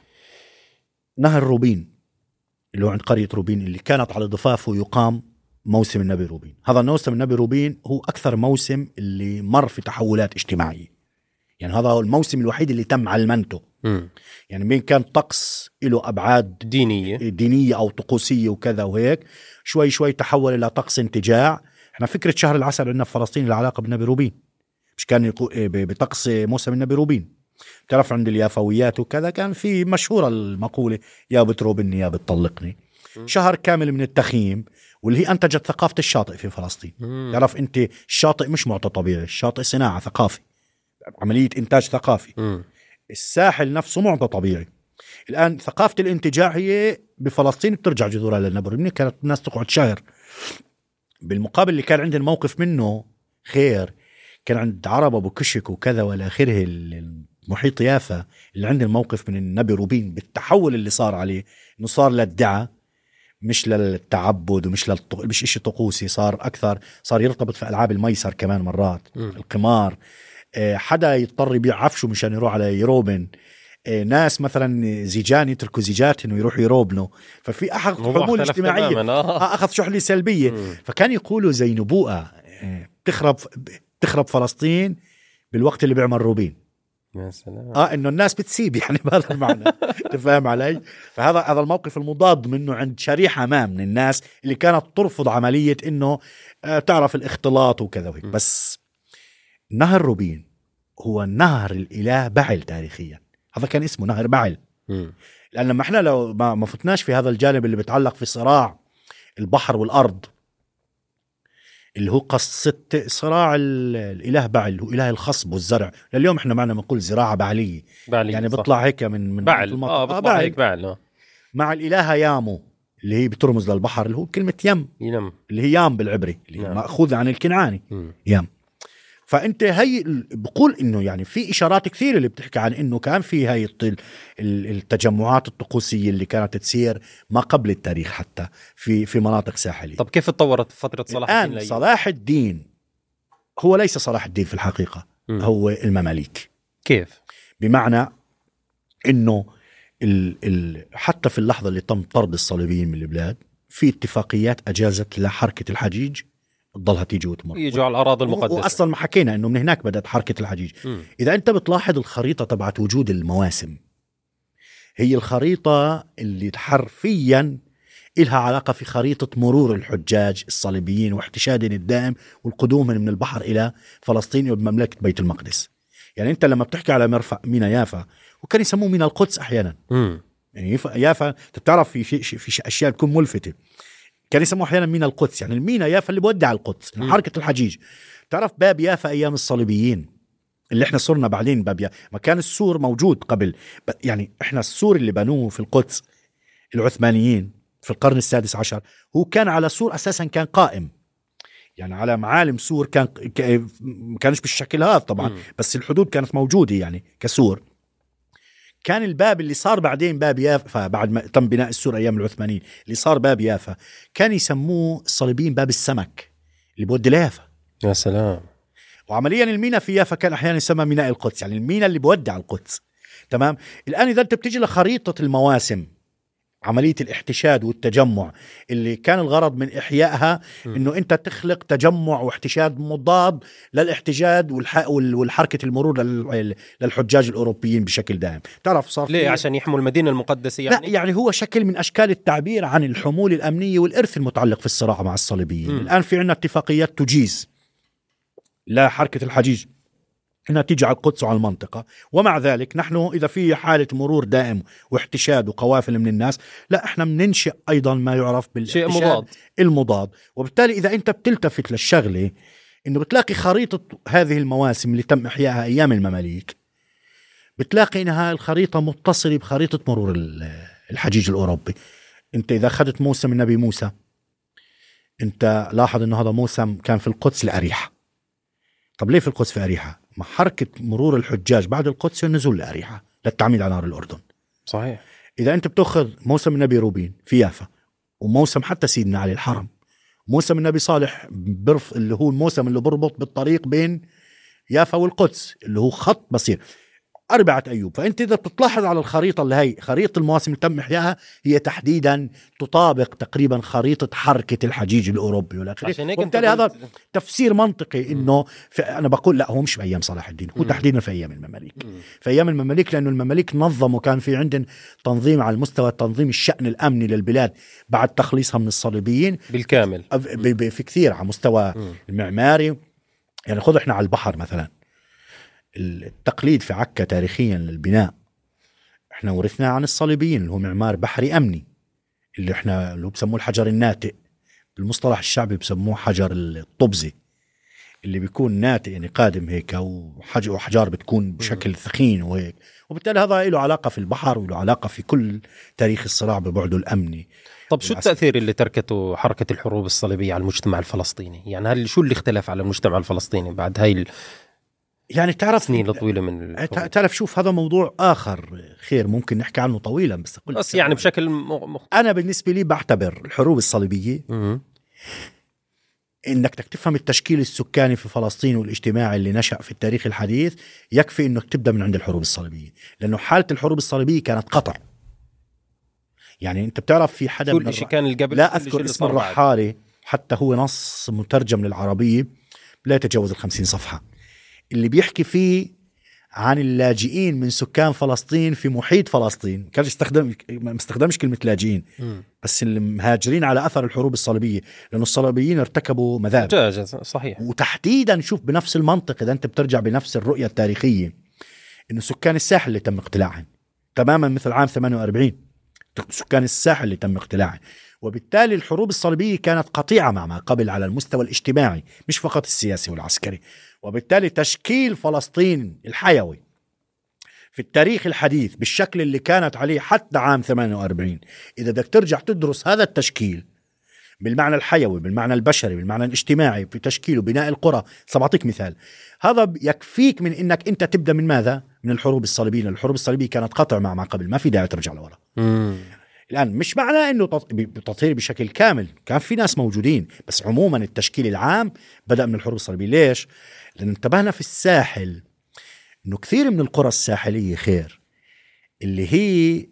Speaker 2: نهر روبين اللي هو عند قرية روبين اللي كانت على ضفافه يقام موسم النبي روبين. هذا موسم النبي روبين هو أكثر موسم اللي مر في تحولات اجتماعية، يعني هذا هو الموسم الوحيد اللي تم علمنته. يعني بين كان طقس له أبعاد دينية أو طقوسية وكذا وهيك، شوي شوي تحول إلى طقس انتجاع. احنا فكرة شهر العسل عندنا في فلسطين العلاقة بالنبي روبين، مش كان بطقس موسم النبي روبين. تعرف عند اليافويات وكذا كان في مشهورة المقولة يا بتروبني يا بتطلقني. شهر كامل من التخييم، واللي هي أنتجت ثقافة الشاطئ في فلسطين. تعرف أنت الشاطئ مش معطى طبيعي، الشاطئ صناعة ثقافي، عملية إنتاج ثقافي. الساحل نفسه معطى طبيعي. الآن ثقافة الانتجاع هي بفلسطين بترجع جذورها للنبي روبين، كانت الناس تقعد شهر. بالمقابل اللي كان عندنا موقف منه خير كان عند عرب أبو كشك وكذا ولا آخره، المحيط يافا، اللي عندنا الموقف من النبي روبين بالتحول اللي صار عليه، إنه صار للدعاء مش للتعبد ومش مش إشي طقوسي، صار أكثر، صار يرتبط في ألعاب الميسر كمان مرات، القمار. حدا يضطر يبيع عفشه مشان يروح على يروبن. ناس مثلا زيجان يتركوا زيجات انه يروحوا يروبنوا، ففي اخذ حمول اجتماعيه اخذ شحنه سلبيه. فكان يقولوا زي نبوءه تخرب فلسطين بالوقت اللي بيعمل روبين.
Speaker 1: يا سلام.
Speaker 2: انه الناس بتسيب، يعني بهذا المعنى. تفهم علي؟ فهذا الموقف المضاد منه عند شريحه ما من الناس اللي كانت ترفض عمليه انه تعرف الاختلاط وكذا وهيك. بس نهر روبين هو نهر الاله بعل تاريخيا، هذا كان اسمه نهر بعل. لأن لما احنا لو ما فتناش في هذا الجانب اللي بيتعلق في صراع البحر والأرض، اللي هو قصة صراع الإله بعل، هو إله الخصب والزرع. لليوم احنا معنا بنقول زراعة بعلية يعني بيطلع هيك من
Speaker 1: بعل. بيطلع هيك بعل.
Speaker 2: مع الإلهة يامو اللي هي بترمز للبحر، اللي هو كلمة يم، اللي هي يام بالعبري، اللي هي مأخوذة عن الكنعاني يام. فانت هي بقول انه يعني في اشارات كثيره اللي بتحكي عن انه كان في هاي التجمعات الطقوسيه اللي كانت تصير ما قبل التاريخ حتى في مناطق ساحليه.
Speaker 1: طب كيف تطورت فتره صلاح الدين
Speaker 2: الآن صلاح الدين هو ليس صلاح الدين في الحقيقه، هو المماليك.
Speaker 1: كيف؟
Speaker 2: بمعنى انه حتى في اللحظه اللي تم طرد الصليبيين من البلاد في اتفاقيات اجازت لحركه الحجيج تضلها تيجي وتمر،
Speaker 1: يجوا على الاراضي المقدسه.
Speaker 2: واصلا ما حكينا انه من هناك بدات حركه الحجيج. اذا انت بتلاحظ الخريطه تبعت وجود المواسم، هي الخريطه اللي حرفيا إلها علاقه في خريطه مرور الحجاج الصليبيين واحتشادهم الدائم والقدوم من البحر الى فلسطين ومملكه بيت المقدس. يعني انت لما بتحكي على مرفأ مينا يافا، وكان يسموه مينا القدس احيانا. يعني يافا بتعرف في اشياء تكون ملفته، كان يسموه احيانا مينا القدس، يعني المينا يافا اللي بودع القدس، حركه الحجيج. تعرف باب يافا ايام الصليبيين اللي احنا صرنا بعدين باب يافا، ما كان السور موجود قبل، يعني احنا السور اللي بنوه في القدس العثمانيين في القرن السادس عشر هو كان على سور اساسا كان قائم، يعني على معالم سور كان ما كانش بالشكل هذا طبعا، بس الحدود كانت موجوده يعني كسور. كان الباب اللي صار بعدين باب يافا بعد ما تم بناء السور ايام العثمانيين اللي صار باب يافا، كان يسموه الصليبيين باب السمك اللي بودي ليافا.
Speaker 1: يا سلام.
Speaker 2: وعمليا المينا في يافا كان احيانا يسمى ميناء القدس، يعني المينا اللي بودع القدس. تمام. الان اذا انت بتجي لخريطه المواسم، عملية الاحتشاد والتجمع اللي كان الغرض من إحيائها إنه أنت تخلق تجمع واحتشاد مضاد للاحتجاج والحركة المرور للحجاج الأوروبيين بشكل دائم. تعرف صار
Speaker 1: ليه؟ عشان يحموا المدينة المقدسة يعني؟
Speaker 2: لا، يعني هو شكل من أشكال التعبير عن الحمول الأمنية والإرث المتعلق في الصراع مع الصليبيين. الآن في عنا اتفاقيات تجيز لحركة الحجيج إنها تيجي على القدس وعلى المنطقة، ومع ذلك نحن إذا في حالة مرور دائم واحتشاد وقوافل من الناس، لا إحنا بننشئ أيضا ما يعرف بالاحتشاد المضاد. وبالتالي إذا أنت بتلتفت للشغلة إنه بتلاقي خريطة هذه المواسم اللي تم إحيائها أيام المماليك، بتلاقي إنها الخريطة متصلة بخريطة مرور الحجيج الأوروبي. أنت إذا أخذت موسم النبي موسى، أنت لاحظ إنه هذا موسم كان في القدس لأريحة. طب ليه في القدس في أريحة؟ ما حركة مرور الحجاج بعد القدس والنزول لأريحة للتعميد على نهر الأردن.
Speaker 1: صحيح.
Speaker 2: إذا أنت بتأخذ موسم النبي روبين في يافا، وموسم حتى سيدنا علي الحرم، موسم النبي صالح اللي هو الموسم اللي بربط بالطريق بين يافا والقدس اللي هو خط بصير 4 أيوب. فأنت إذا بتلاحظ على الخريطة اللي هي خريطة المواسم اللي تم إحيائها، هي تحديدا تطابق تقريبا خريطة حركة الحجيج الأوروبي والآخرين. وبالتالي هذا تفسير منطقي إنه أنا بقول لا، هو مش بأيام صلاح الدين، هو تحديدا في أيام المماليك. في أيام المماليك، لأنه المماليك نظموا، كان في عندن تنظيم على المستوى تنظيم الشأن الأمني للبلاد بعد تخليصها من الصليبيين
Speaker 1: بالكامل
Speaker 2: في كثير على مستوى المعماري. يعني خذ إحنا على البحر مثلا، التقليد في عكا تاريخيا للبناء احنا ورثناه عن الصليبيين، اللي هو معمار بحري أمني، اللي هو بسموه الحجر الناتئ، بالمصطلح الشعبي بسموه حجر الطبزة، اللي بيكون ناتئ يعني قادم هيك، وحجار بتكون بشكل ثخين وهيك. وبالتالي هذا له علاقة في البحر وله علاقة في كل تاريخ الصراع ببعده الأمني.
Speaker 1: طب شو التأثير اللي تركته حركة الحروب الصليبية على المجتمع الفلسطيني؟ يعني شو اللي اختلف على المجتمع الفلسطيني بعد هاي
Speaker 2: يعني تعرف
Speaker 1: سنين طويلة من الحروب؟
Speaker 2: تعرف شوف، هذا موضوع آخر خير ممكن نحكي عنه طويلا،
Speaker 1: بس يعني بشكل
Speaker 2: أنا بالنسبة لي بعتبر الحروب الصليبية إنك تفهم التشكيل السكاني في فلسطين والاجتماعي اللي نشأ في التاريخ الحديث، يكفي إنك تبدأ من عند الحروب الصليبية، لأنه حالة الحروب الصليبية كانت قطع. يعني أنت بتعرف في حدا
Speaker 1: كل شيء كان القبل،
Speaker 2: لا أذكر اسم الرحالة، حتى هو نص مترجم للعربية لا يتجاوز 50 صفحة، اللي بيحكي فيه عن اللاجئين من سكان فلسطين في محيط فلسطين. كان ما استخدمش كلمة لاجئين، بس اللي مهاجرين على أثر الحروب الصليبية، لأنه الصليبيين ارتكبوا مذابح.
Speaker 1: صحيح.
Speaker 2: وتحديدا شوف بنفس المنطق، إذا أنت بترجع بنفس الرؤية التاريخية، إنه سكان الساحل اللي تم اقتلاعهم تماما مثل عام 48 سكان الساحل اللي تم اقتلاعهم. وبالتالي الحروب الصليبية كانت قطيعة مع ما قبل على المستوى الاجتماعي مش فقط السياسي والعسكري. وبالتالي تشكيل فلسطين الحيوي في التاريخ الحديث بالشكل اللي كانت عليه حتى عام 48، إذا بدك ترجع تدرس هذا التشكيل بالمعنى الحيوي، بالمعنى البشري، بالمعنى الاجتماعي في تشكيل وبناء القرى. سأعطيك مثال، هذا يكفيك من انك انت تبدا من ماذا؟ من الحروب الصليبيه. الحروب الصليبيه كانت قطع مع ما قبل، ما في داعي ترجع لورا. الان مش معناه انه تطهير بشكل كامل، كان في ناس موجودين، بس عموما التشكيل العام بدا من الحروب الصليبيه. ليش؟ لان انتبهنا في الساحل انه كثير من القرى الساحليه خير اللي هي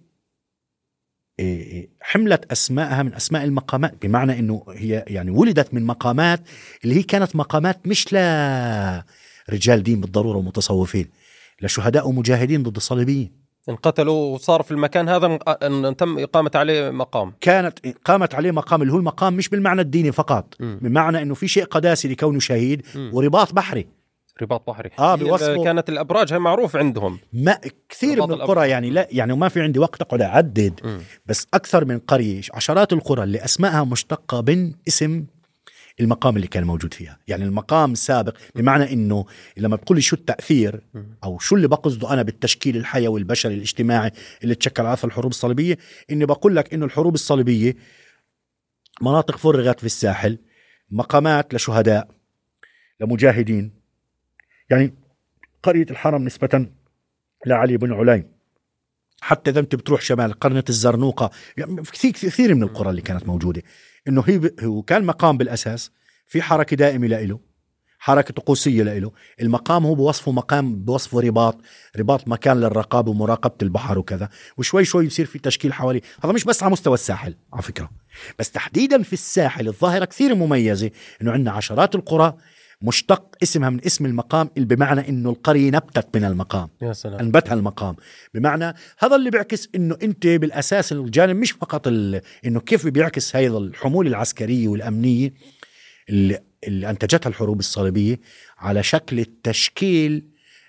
Speaker 2: حملت أسماءها من أسماء المقامات، بمعنى أنه هي يعني ولدت من مقامات اللي هي كانت مقامات مش لا رجال دين بالضرورة ومتصوفين، لشهداء ومجاهدين ضد الصليبيين،
Speaker 1: انقتلوا وصار في المكان هذا أن تم إقامة عليه مقام.
Speaker 2: كانت قامت عليه مقام اللي هو المقام مش بالمعنى الديني فقط، بمعنى أنه في شيء قداسي لكونه شهيد ورباط بحري.
Speaker 1: رباط بحري
Speaker 2: كانت
Speaker 1: الأبراج هي معروف عندهم.
Speaker 2: ما كثير من القرى يعني لا يعني وما في عندي وقت أقعد أعدد بس أكثر من قرية، عشرات القرى اللي أسمائها مشتقة من اسم المقام اللي كان موجود فيها. يعني المقام سابق، بمعنى إنه لما بتقول لي شو التأثير أو شو اللي بقصده أنا بالتشكيل الحيوي البشري الاجتماعي اللي تشكل على أثر الحروب الصليبية، إني بقول لك إنه الحروب الصليبية مناطق فرغت في الساحل، مقامات لشهداء لمجاهدين. يعني قرية الحرم نسبة لعلي بن عليم، حتى إذا أنت بتروح شمال قرنة الزرنوقة، يعني في كثير من القرى اللي كانت موجودة، إنه هو كان مقام بالأساس في حركة دائمة لإله، حركة طقوسية لإله. المقام هو بوصفه مقام، بوصفه رباط مكان للرقابة ومراقبة البحر وكذا، وشوي شوي يصير في تشكيل حوالي. هذا مش بس على مستوى الساحل على فكرة، بس تحديدا في الساحل الظاهرة كثير مميزة، إنه عندنا عشرات القرى مشتق اسمها من اسم المقام، بمعنى انه القرية نبتت من المقام،
Speaker 1: يا سلام،
Speaker 2: انبتها المقام. بمعنى هذا اللي بيعكس انه انت بالاساس الجانب مش فقط انه كيف بيعكس هذا الحمولة العسكرية والامنية اللي انتجتها الحروب الصليبية على شكل التشكيل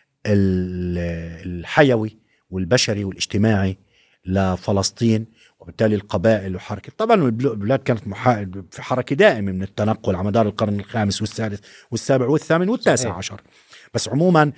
Speaker 2: الحيوي والبشري والاجتماعي لفلسطين، وبالتالي القبائل وحركة. طبعا البلاد كانت في حركة دائمة من التنقل على مدار القرن الخامس والسادس والسابع والثامن والتاسع عشر. بس عموما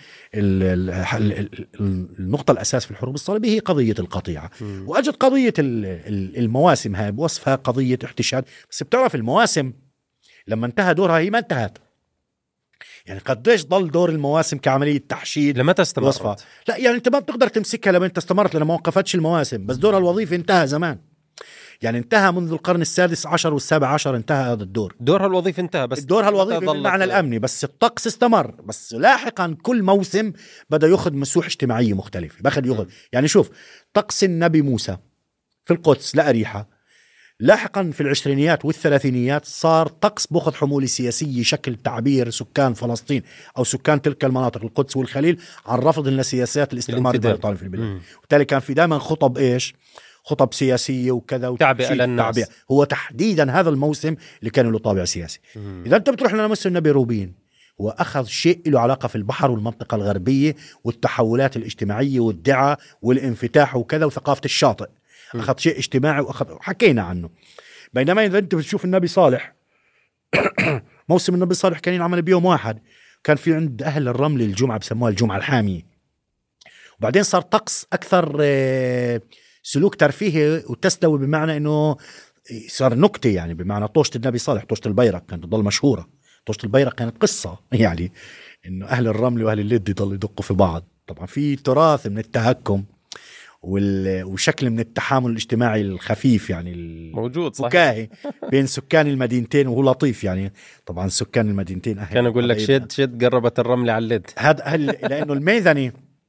Speaker 2: النقطة الأساس في الحروب الصليبية هي قضية القطيعة. وأجت قضية المواسم هاي بوصفها قضية احتشاد. بس بتعرف المواسم لما انتهى دورها هي ما انتهت، يعني قديش ضل دور المواسم كعملية تحشيد
Speaker 1: لما استمرت؟
Speaker 2: لا يعني انت ما بتقدر تمسكها لما انت استمرت، لما ما وقفتش المواسم، بس دورها الوظيفي انتهى زمان. يعني انتهى منذ القرن السادس عشر والسابع عشر انتهى هذا الدور،
Speaker 1: دورها الوظيفي انتهى، بس
Speaker 2: دورها الوظيفي بالمعنى الأمني، بس الطقس استمر. بس لاحقا كل موسم بدأ يأخذ مسوح اجتماعية مختلفة، يأخذ يعني شوف طقس النبي موسى في القدس لأريحة، لاحقا في العشرينيات والثلاثينيات صار طقس بأخذ حمولة سياسية، شكل تعبير سكان فلسطين أو سكان تلك المناطق القدس والخليل عن رفض لسياسات الاستعمار البريطاني في البلاد. وبالتالي كان في دائما خطب إيش؟ خطب سياسية وكذا
Speaker 1: تعبئة للناس.
Speaker 2: هو تحديدا هذا الموسم اللي كان له طابع سياسي. إذا أنت بتروح لنمس النبي روبين، هو أخذ شيء له علاقة في البحر والمنطقة الغربية والتحولات الاجتماعية والدعاء والانفتاح وكذا وثقافة الشاطئ. أخذ شيء اجتماعي حكينا عنه. بينما إذا أنت بتشوف النبي صالح موسم النبي صالح كان ينعمل بيوم واحد، كان في عند أهل الرمل الجمعة بسموها الجمعة الحامية، وبعدين صار طقس أكثر سلوك ترفيهي وتستوي، بمعنى أنه صار نكتة، يعني بمعنى طوشة النبي صالح، طوشة البيرق كانت تضل مشهورة. طوشة البيرق كانت قصة، يعني أنه أهل الرمل وأهل اللد يضلوا يدقوا في بعض. طبعا في تراث من التهكم وشكل من التحامل الاجتماعي الخفيف، يعني
Speaker 1: موجود
Speaker 2: فكاهي بين سكان المدينتين، وهو لطيف. يعني طبعا سكان المدينتين
Speaker 1: كان يقول لك شد قربت الرمل على اللد.
Speaker 2: هذا لأنه الميذنة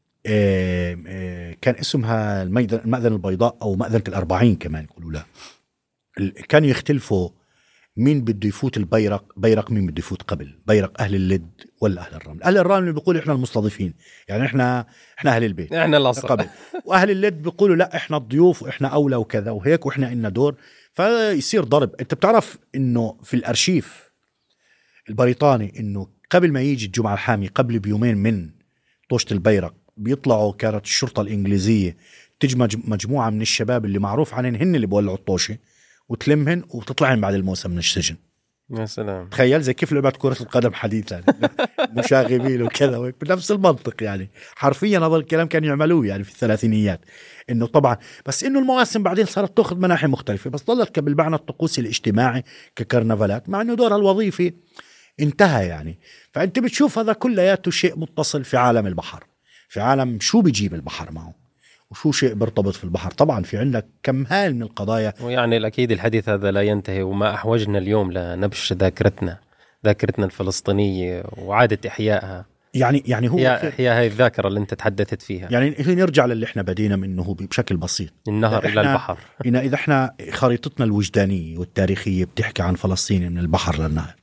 Speaker 2: كان اسمها المأذنة البيضاء أو مأذنة الأربعين كمان يقولوا لا. كانوا يختلفوا مين بده يفوت بيرق مين بده يفوت قبل، بيرق أهل اللد ولا أهل الرمل. أهل الرمل بيقولوا إحنا المستضيفين، يعني إحنا أهل البيت،
Speaker 1: إحنا الأصل
Speaker 2: قبل. وأهل اللد بيقولوا لا إحنا الضيوف وإحنا أولى وكذا وهيك، وإحنا إلنا دور. فيصير ضرب. أنت بتعرف إنه في الأرشيف البريطاني إنه قبل ما يجي الجمعة الحامي، قبل بيومين من طوشة البيرق، بيطلعوا كانت الشرطة الإنجليزية تجي مجموعة من الشباب اللي معروف عنهم هن اللي بولعوا الطوشة، وتلمهن وتطلعن بعد الموسم من السجن.
Speaker 1: يا سلام.
Speaker 2: تخيل زي كيف لعبت كرة القدم حديثا مشاغبين وكذا بنفس المنطق يعني حرفيا هذا الكلام كان يعملوه يعني في الثلاثينيات انه طبعا بس انه المواسم بعدين صارت تاخذ مناحي مختلفة بس ظلت بالمعنى الطقوسي الاجتماعي ككرنفالات مع انه دورها الوظيفي انتهى يعني. فانت بتشوف هذا كلياته شيء متصل في عالم البحر في عالم شو بيجيب البحر معه وشو شيء برتبط في البحر. طبعا في عندك كم هائل من القضايا
Speaker 1: ويعني الأكيد الحديث هذا لا ينتهي وما أحوجنا اليوم لنبش ذاكرتنا الفلسطينية وعادة إحيائها
Speaker 2: يعني هو
Speaker 1: إحياء هاي الذاكرة اللي أنت تحدثت فيها.
Speaker 2: يعني نرجع للي احنا بدينا منه بشكل بسيط
Speaker 1: النهر إلى البحر.
Speaker 2: إذا احنا خريطتنا الوجدانية والتاريخية بتحكي عن فلسطين من البحر للنهر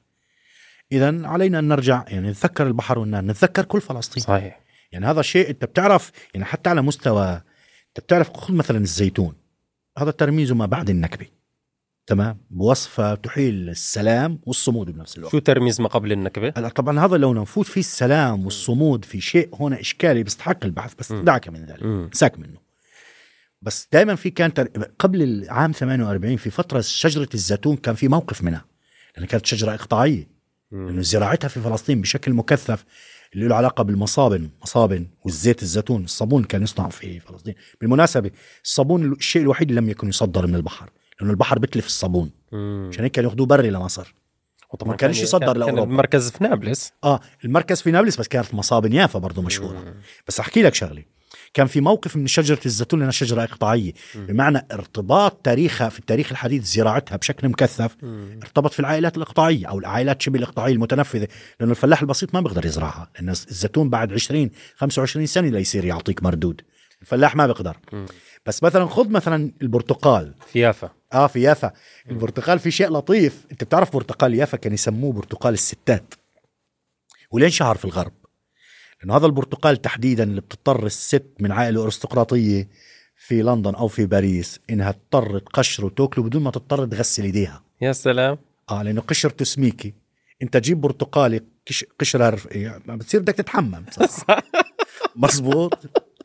Speaker 2: إذن علينا أن نرجع يعني نتذكر البحر والنهر نتذكر كل فلسطين.
Speaker 1: صحيح.
Speaker 2: يعني هذا شيء أنت بتعرف يعني حتى على مستوى أنت بتعرف خذ مثلا الزيتون هذا ترميزه ما بعد النكبة تمام بوصفة تحيل السلام والصمود بنفس الوقت.
Speaker 1: شو ترميز ما قبل النكبة؟
Speaker 2: طبعا هذا لو نفوت فيه السلام والصمود في شيء هنا إشكالي بيستحق البحث بس دعك من ذلك ساك منه. بس دائما في كان قبل العام 48 في فترة شجرة الزيتون كان في موقف منها لأن كانت شجرة إقطاعية لأنه زراعتها في فلسطين بشكل مكثف اللي له علاقة بالمصابن والزيت الزيتون الصابون كان يصنع في فلسطين. بالمناسبة الصابون الشيء الوحيد اللي لم يكن يصدر من البحر لأنه البحر بتلف الصابون عشان هيك كانوا ياخذوه بري لمصر وطبعا كانش يصدر لأوروبا.
Speaker 1: كان المركز في نابلس
Speaker 2: المركز في نابلس بس كانت مصابن يافا برضو مشهورة. بس أحكي لك شغلي كان في موقف من شجرة الزيتون لأنها شجرة إقطاعية بمعنى ارتباط تاريخها في التاريخ الحديث زراعتها بشكل مكثف ارتبط في العائلات الإقطاعية أو العائلات شبه الإقطاعية المتنفذة لأنه الفلاح البسيط ما بيقدر يزرعها لأن الزيتون بعد 20-25 سنة لا يصير يعطيك مردود الفلاح ما بيقدر. بس مثلا خذ مثلا البرتقال
Speaker 1: في يافا
Speaker 2: في يافا البرتقال في شيء لطيف انت بتعرف برتقال يافا كان يسموه برتقال الستات ولين شهر في الغرب لأنه هذا البرتقال تحديدا اللي بتضطر الست من عائلة أرستقراطية في لندن أو في باريس إنها تضطر تقشره وتاكله بدون ما تضطر تغسل إيديها.
Speaker 1: يا سلام.
Speaker 2: لأنه قشرته سميكي انت تجيب برتقالي قشرها ما بتصير بدك تتحمم مظبوط.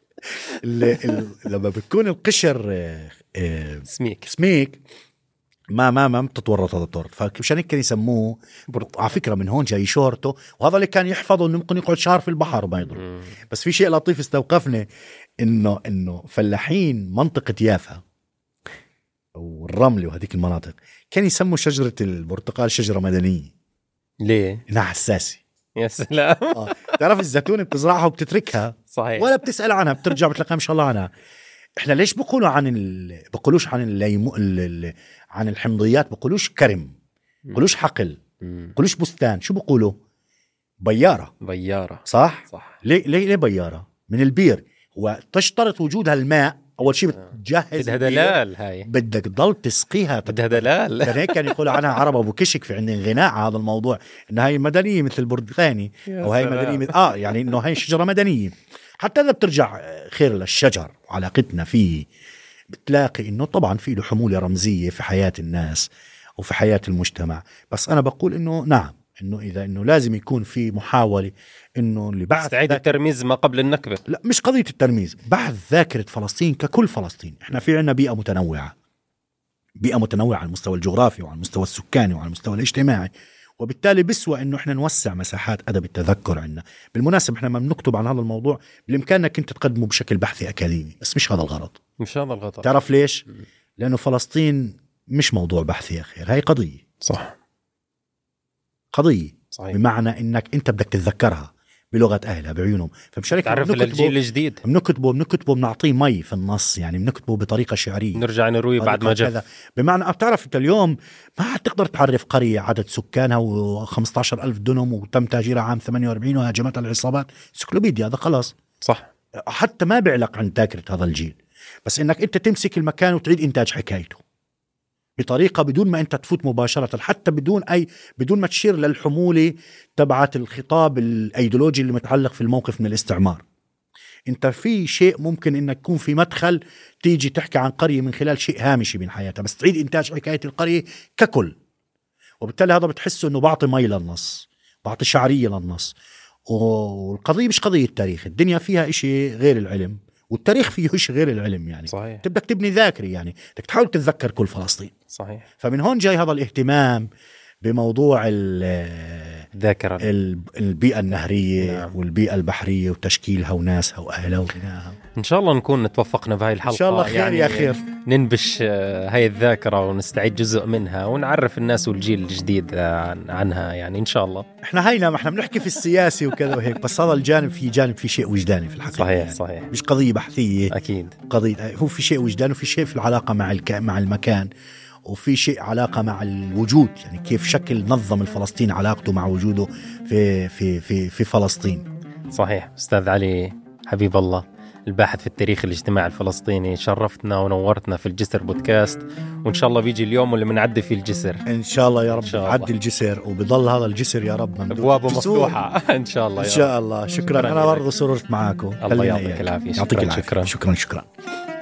Speaker 2: لما بتكون القشر سميك ما بتتورط هذا التورط فمشان هيك يسموه على فكرة من هون جاي شهرته وهذا اللي كان يحفظه انه ممكن يقعد شهر في البحر وما يضرب. بس في شيء لطيف استوقفني انه فلاحين منطقة يافا والرمل وهذيك المناطق كان يسموا شجرة البرتقال شجرة مدنية.
Speaker 1: ليه؟
Speaker 2: إنها حساسة.
Speaker 1: يا سلام.
Speaker 2: تعرف الزيتون بتزرعها وبتتركها
Speaker 1: صحيح
Speaker 2: ولا بتسأل عنها بترجع بتلاقيها ما شاء الله عنها. احنا ليش بقولوش عن الحمضيات بقولوش كرم بقولوش حقل بقولوش بستان شو بقولوا بيارة صح. ليه بيارة من البير وتشترط وجودها الماء أول شيء بتجهز
Speaker 1: بدها دلال هاي
Speaker 2: بدك تضل تسقيها
Speaker 1: بدها دلال
Speaker 2: كان هيك كان يقولوا عنها عرب أبو كشك في عندنا غناء على هذا الموضوع إن هاي مدنية مثل البردقاني أو هاي مدنية يعني إنه هاي شجرة مدنية. حتى إذا بترجع خير للشجر وعلاقتنا فيه بتلاقي إنه طبعا فيه له حمولة رمزية في حياة الناس وفي حياة المجتمع. بس أنا بقول إنه نعم إنه لازم يكون في محاولة إنه اللي بعد
Speaker 1: تعيد الترميز ما قبل النكبة.
Speaker 2: لا مش قضية الترميز بعد ذاكرة فلسطين ككل فلسطين. إحنا في عنا بيئة متنوعة على المستوى الجغرافي وعلى المستوى السكاني وعلى المستوى الاجتماعي وبالتالي بسوى إنه إحنا نوسع مساحات أدب التذكر عنا. بالمناسبة إحنا ما بنكتب عن هذا الموضوع بالإمكاننا كنت تقدمه بشكل بحثي أكاديمي بس مش هذا الغرض. تعرف ليش؟ لأنه فلسطين مش موضوع بحثي يا أخي هاي قضية صحيح. بمعنى إنك أنت بدك تتذكرها بلغة أهلها بعيونهم فمشارك
Speaker 1: تعرف للجيل الجديد
Speaker 2: بنكتبه بنعطيه مي في النص يعني بنكتبه بطريقة شعرية
Speaker 1: نرجع نروي بعد ما جف.
Speaker 2: بمعنى بتعرف أنت اليوم ما تقدر تعرف قرية عدد سكانها و15,000 دنم وتم تهجيرها عام 48 وهاجمتها العصابات انسيكلوبيديا هذا خلاص
Speaker 1: صح.
Speaker 2: حتى ما بيعلق عن ذاكرة هذا الجيل بس إنك أنت تمسك المكان وتعيد إنتاج حكايته بطريقة بدون ما أنت تفوت مباشرة حتى بدون ما تشير للحمولة تبعت الخطاب الأيديولوجي اللي متعلق في الموقف من الاستعمار. أنت في شيء ممكن إنك يكون في مدخل تيجي تحكي عن قرية من خلال شيء هامشي من حياتها بس تعيد إنتاج حكاية القرية ككل وبالتالي هذا بتحسه إنه بعطي مي للنص بعطي شعرية للنص. والقضية مش قضية تاريخ الدنيا فيها إشي غير العلم والتاريخ فيه إشي غير العلم يعني
Speaker 1: صحيح.
Speaker 2: تبدك تبني ذاكري يعني بدك تحاول تتذكر كل فلسطين
Speaker 1: صحيح.
Speaker 2: فمن هون جاي هذا الاهتمام بموضوع
Speaker 1: ذاكرة
Speaker 2: البيئة النهرية
Speaker 1: نعم.
Speaker 2: والبيئة البحرية وتشكيلها وناسها وأهلها وغناها.
Speaker 1: إن شاء الله نكون توفقنا بهاي الحلقة.
Speaker 2: إن شاء الله خير
Speaker 1: يعني
Speaker 2: يا خير.
Speaker 1: ننبش هاي الذاكرة ونستعيد جزء منها ونعرف الناس والجيل الجديد عنها يعني إن شاء الله.
Speaker 2: إحنا هينا ما إحنا بنحكي في السياسي وكذا وهيك، بس هذا الجانب في جانب في شيء وجداني في الحقيقة.
Speaker 1: صحيح
Speaker 2: يعني.
Speaker 1: صحيح.
Speaker 2: مش قضية بحثية.
Speaker 1: أكيد.
Speaker 2: قضية هو في شيء وجداني وفي شيء في العلاقة مع المكان، وفي شيء علاقة مع الوجود، يعني كيف شكل نظم الفلسطيني علاقته مع وجوده في فلسطين.
Speaker 1: صحيح. أستاذ علي حبيب الله الباحث في التاريخ الاجتماعي الفلسطيني، شرفتنا ونورتنا في الجسر بودكاست، وإن شاء الله بيجي اليوم اللي منعدي فيه الجسر
Speaker 2: إن شاء الله يا رب.
Speaker 1: الله.
Speaker 2: عدي الجسر وبضل هذا الجسر يا رب ممدود
Speaker 1: أبوابه مفتوحة إن شاء الله.
Speaker 2: إن شاء الله. شكرا. أنا برضو سررت معاكم.
Speaker 1: الله يعطيك العافية.
Speaker 2: شكرا.